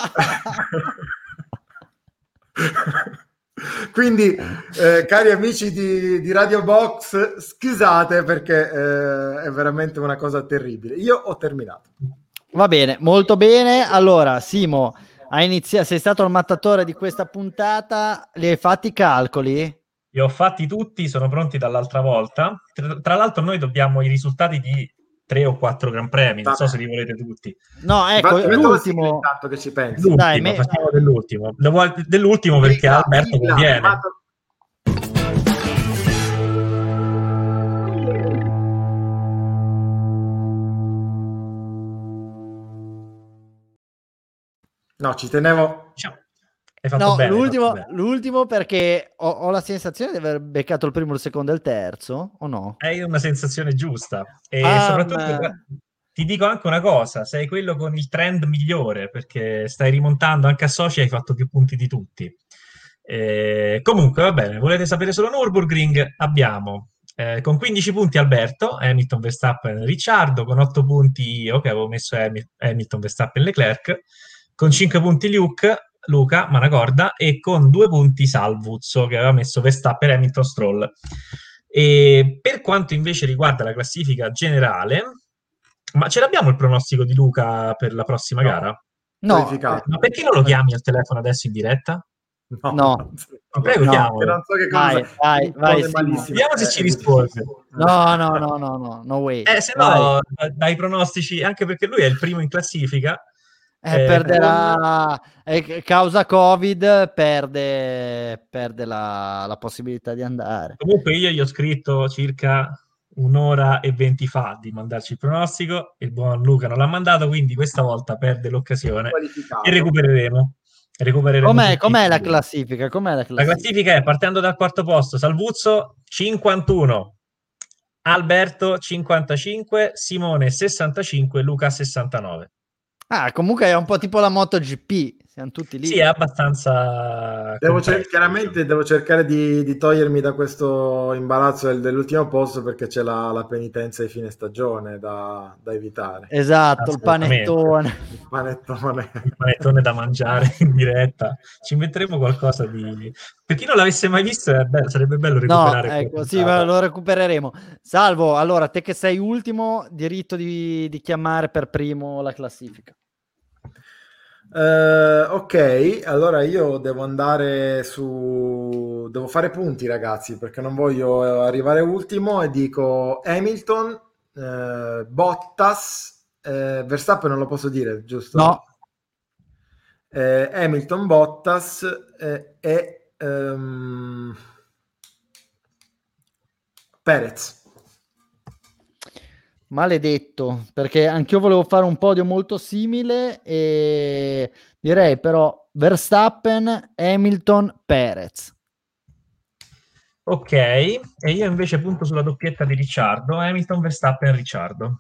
Quindi cari amici di Radio Box, scusate perché è veramente una cosa terribile. Io ho terminato. Va bene, molto bene. Allora Simo, sei stato il mattatore di questa puntata, li hai fatti i calcoli? Li ho fatti tutti, sono pronti dall'altra volta. Tra l'altro noi dobbiamo i risultati di 3 o 4 Gran Premi, non so se li volete tutti. No, ecco, l'ultimo che ci pensi. L'ultimo, facciamo dell'ultimo perché Alberto conviene. No, ci tenevo. No, bene, l'ultimo perché ho la sensazione di aver beccato il primo, il secondo e il terzo, o no? È una sensazione giusta. E soprattutto ti dico anche una cosa, sei quello con il trend migliore perché stai rimontando anche a soci, hai fatto più punti di tutti. Comunque va bene, volete sapere solo Nürburgring? Abbiamo con 15 punti Alberto, Hamilton, Verstappen, Ricciardo, con 8 punti io che avevo messo Hamilton, Verstappen, Leclerc, con 5 punti Luca Manacorda e con 2 punti Salvuzzo che aveva messo Verstappen, Hamilton, Stroll. E per quanto invece riguarda la classifica generale, ma ce l'abbiamo il pronostico di Luca per la prossima gara? No. Ma perché non lo chiami al telefono adesso in diretta? No. Prego, chiamalo. Non so che cosa. Vai, vediamo se ci risponde. No way. Se no, dai pronostici, anche perché lui è il primo in classifica. Perderà causa Covid, perde la possibilità di andare. Comunque io gli ho scritto circa 1 ora e 20 fa di mandarci il pronostico, il buon Luca non l'ha mandato, quindi questa volta perde l'occasione e recupereremo. Com'è la classifica? La classifica è, partendo dal quarto posto, Salvuzzo 51, Alberto 55, Simone 65, Luca 69. Comunque è un po' tipo la MotoGP, siamo tutti lì. Sì, è abbastanza chiaramente devo cercare di togliermi da questo imbarazzo dell'ultimo posto perché c'è la penitenza di fine stagione da evitare. Esatto, il panettone. Il panettone da mangiare in diretta. Ci inventeremo qualcosa di... Per chi non l'avesse mai visto sarebbe bello recuperare. No, ecco, sì, ma lo recupereremo. Salvo, allora, te che sei ultimo, diritto di chiamare per primo la classifica. Ok, allora io devo andare devo fare punti, ragazzi, perché non voglio arrivare ultimo e dico Hamilton, Bottas, Verstappen non lo posso dire, giusto? No. Hamilton, Bottas e Perez. Maledetto, perché anch'io volevo fare un podio molto simile e direi però Verstappen, Hamilton, Perez. Ok, e io invece punto sulla doppietta di Ricciardo, Hamilton, Verstappen, Ricciardo.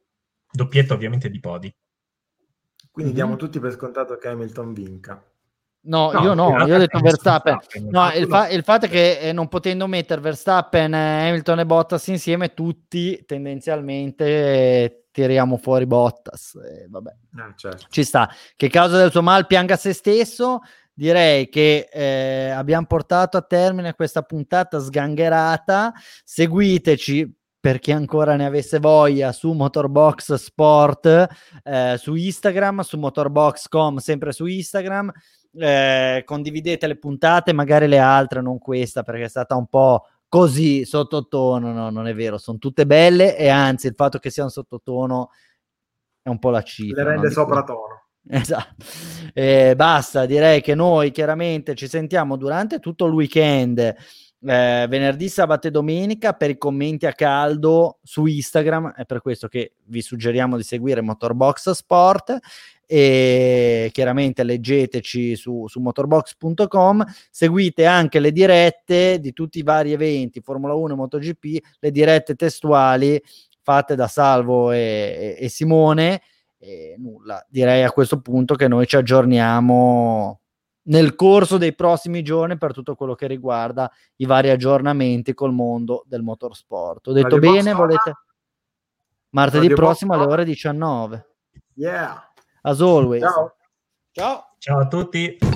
Doppietta ovviamente di podi. Quindi diamo tutti per scontato che Hamilton vinca. No, io ho detto Verstappen. No, il fatto è che non potendo mettere Verstappen, Hamilton e Bottas insieme, tutti tendenzialmente tiriamo fuori Bottas. Vabbè, certo. Ci sta. Che causa del suo mal pianga se stesso. Direi che abbiamo portato a termine questa puntata sgangherata. Seguiteci, per chi ancora ne avesse voglia, su Motorbox Sport, su Instagram, su motorbox.com, sempre su Instagram. Condividete le puntate, magari le altre, non questa, perché è stata un po' così sottotono. No, non è vero, sono tutte belle, e anzi il fatto che siano sottotono è un po' la cifra, le rende sopratono. Esatto. Basta, direi che noi chiaramente ci sentiamo durante tutto il weekend, venerdì, sabato e domenica, per i commenti a caldo su Instagram. È per questo che vi suggeriamo di seguire Motorbox Sport, e chiaramente leggeteci su motorbox.com. Seguite anche le dirette di tutti i vari eventi Formula 1 e MotoGP, le dirette testuali fatte da Salvo e Simone. E nulla, direi a questo punto che noi ci aggiorniamo nel corso dei prossimi giorni per tutto quello che riguarda i vari aggiornamenti col mondo del motorsport. Ho detto bene? Volete? Martedì prossimo alle ore 19. Yeah. As always. Ciao. Ciao a tutti.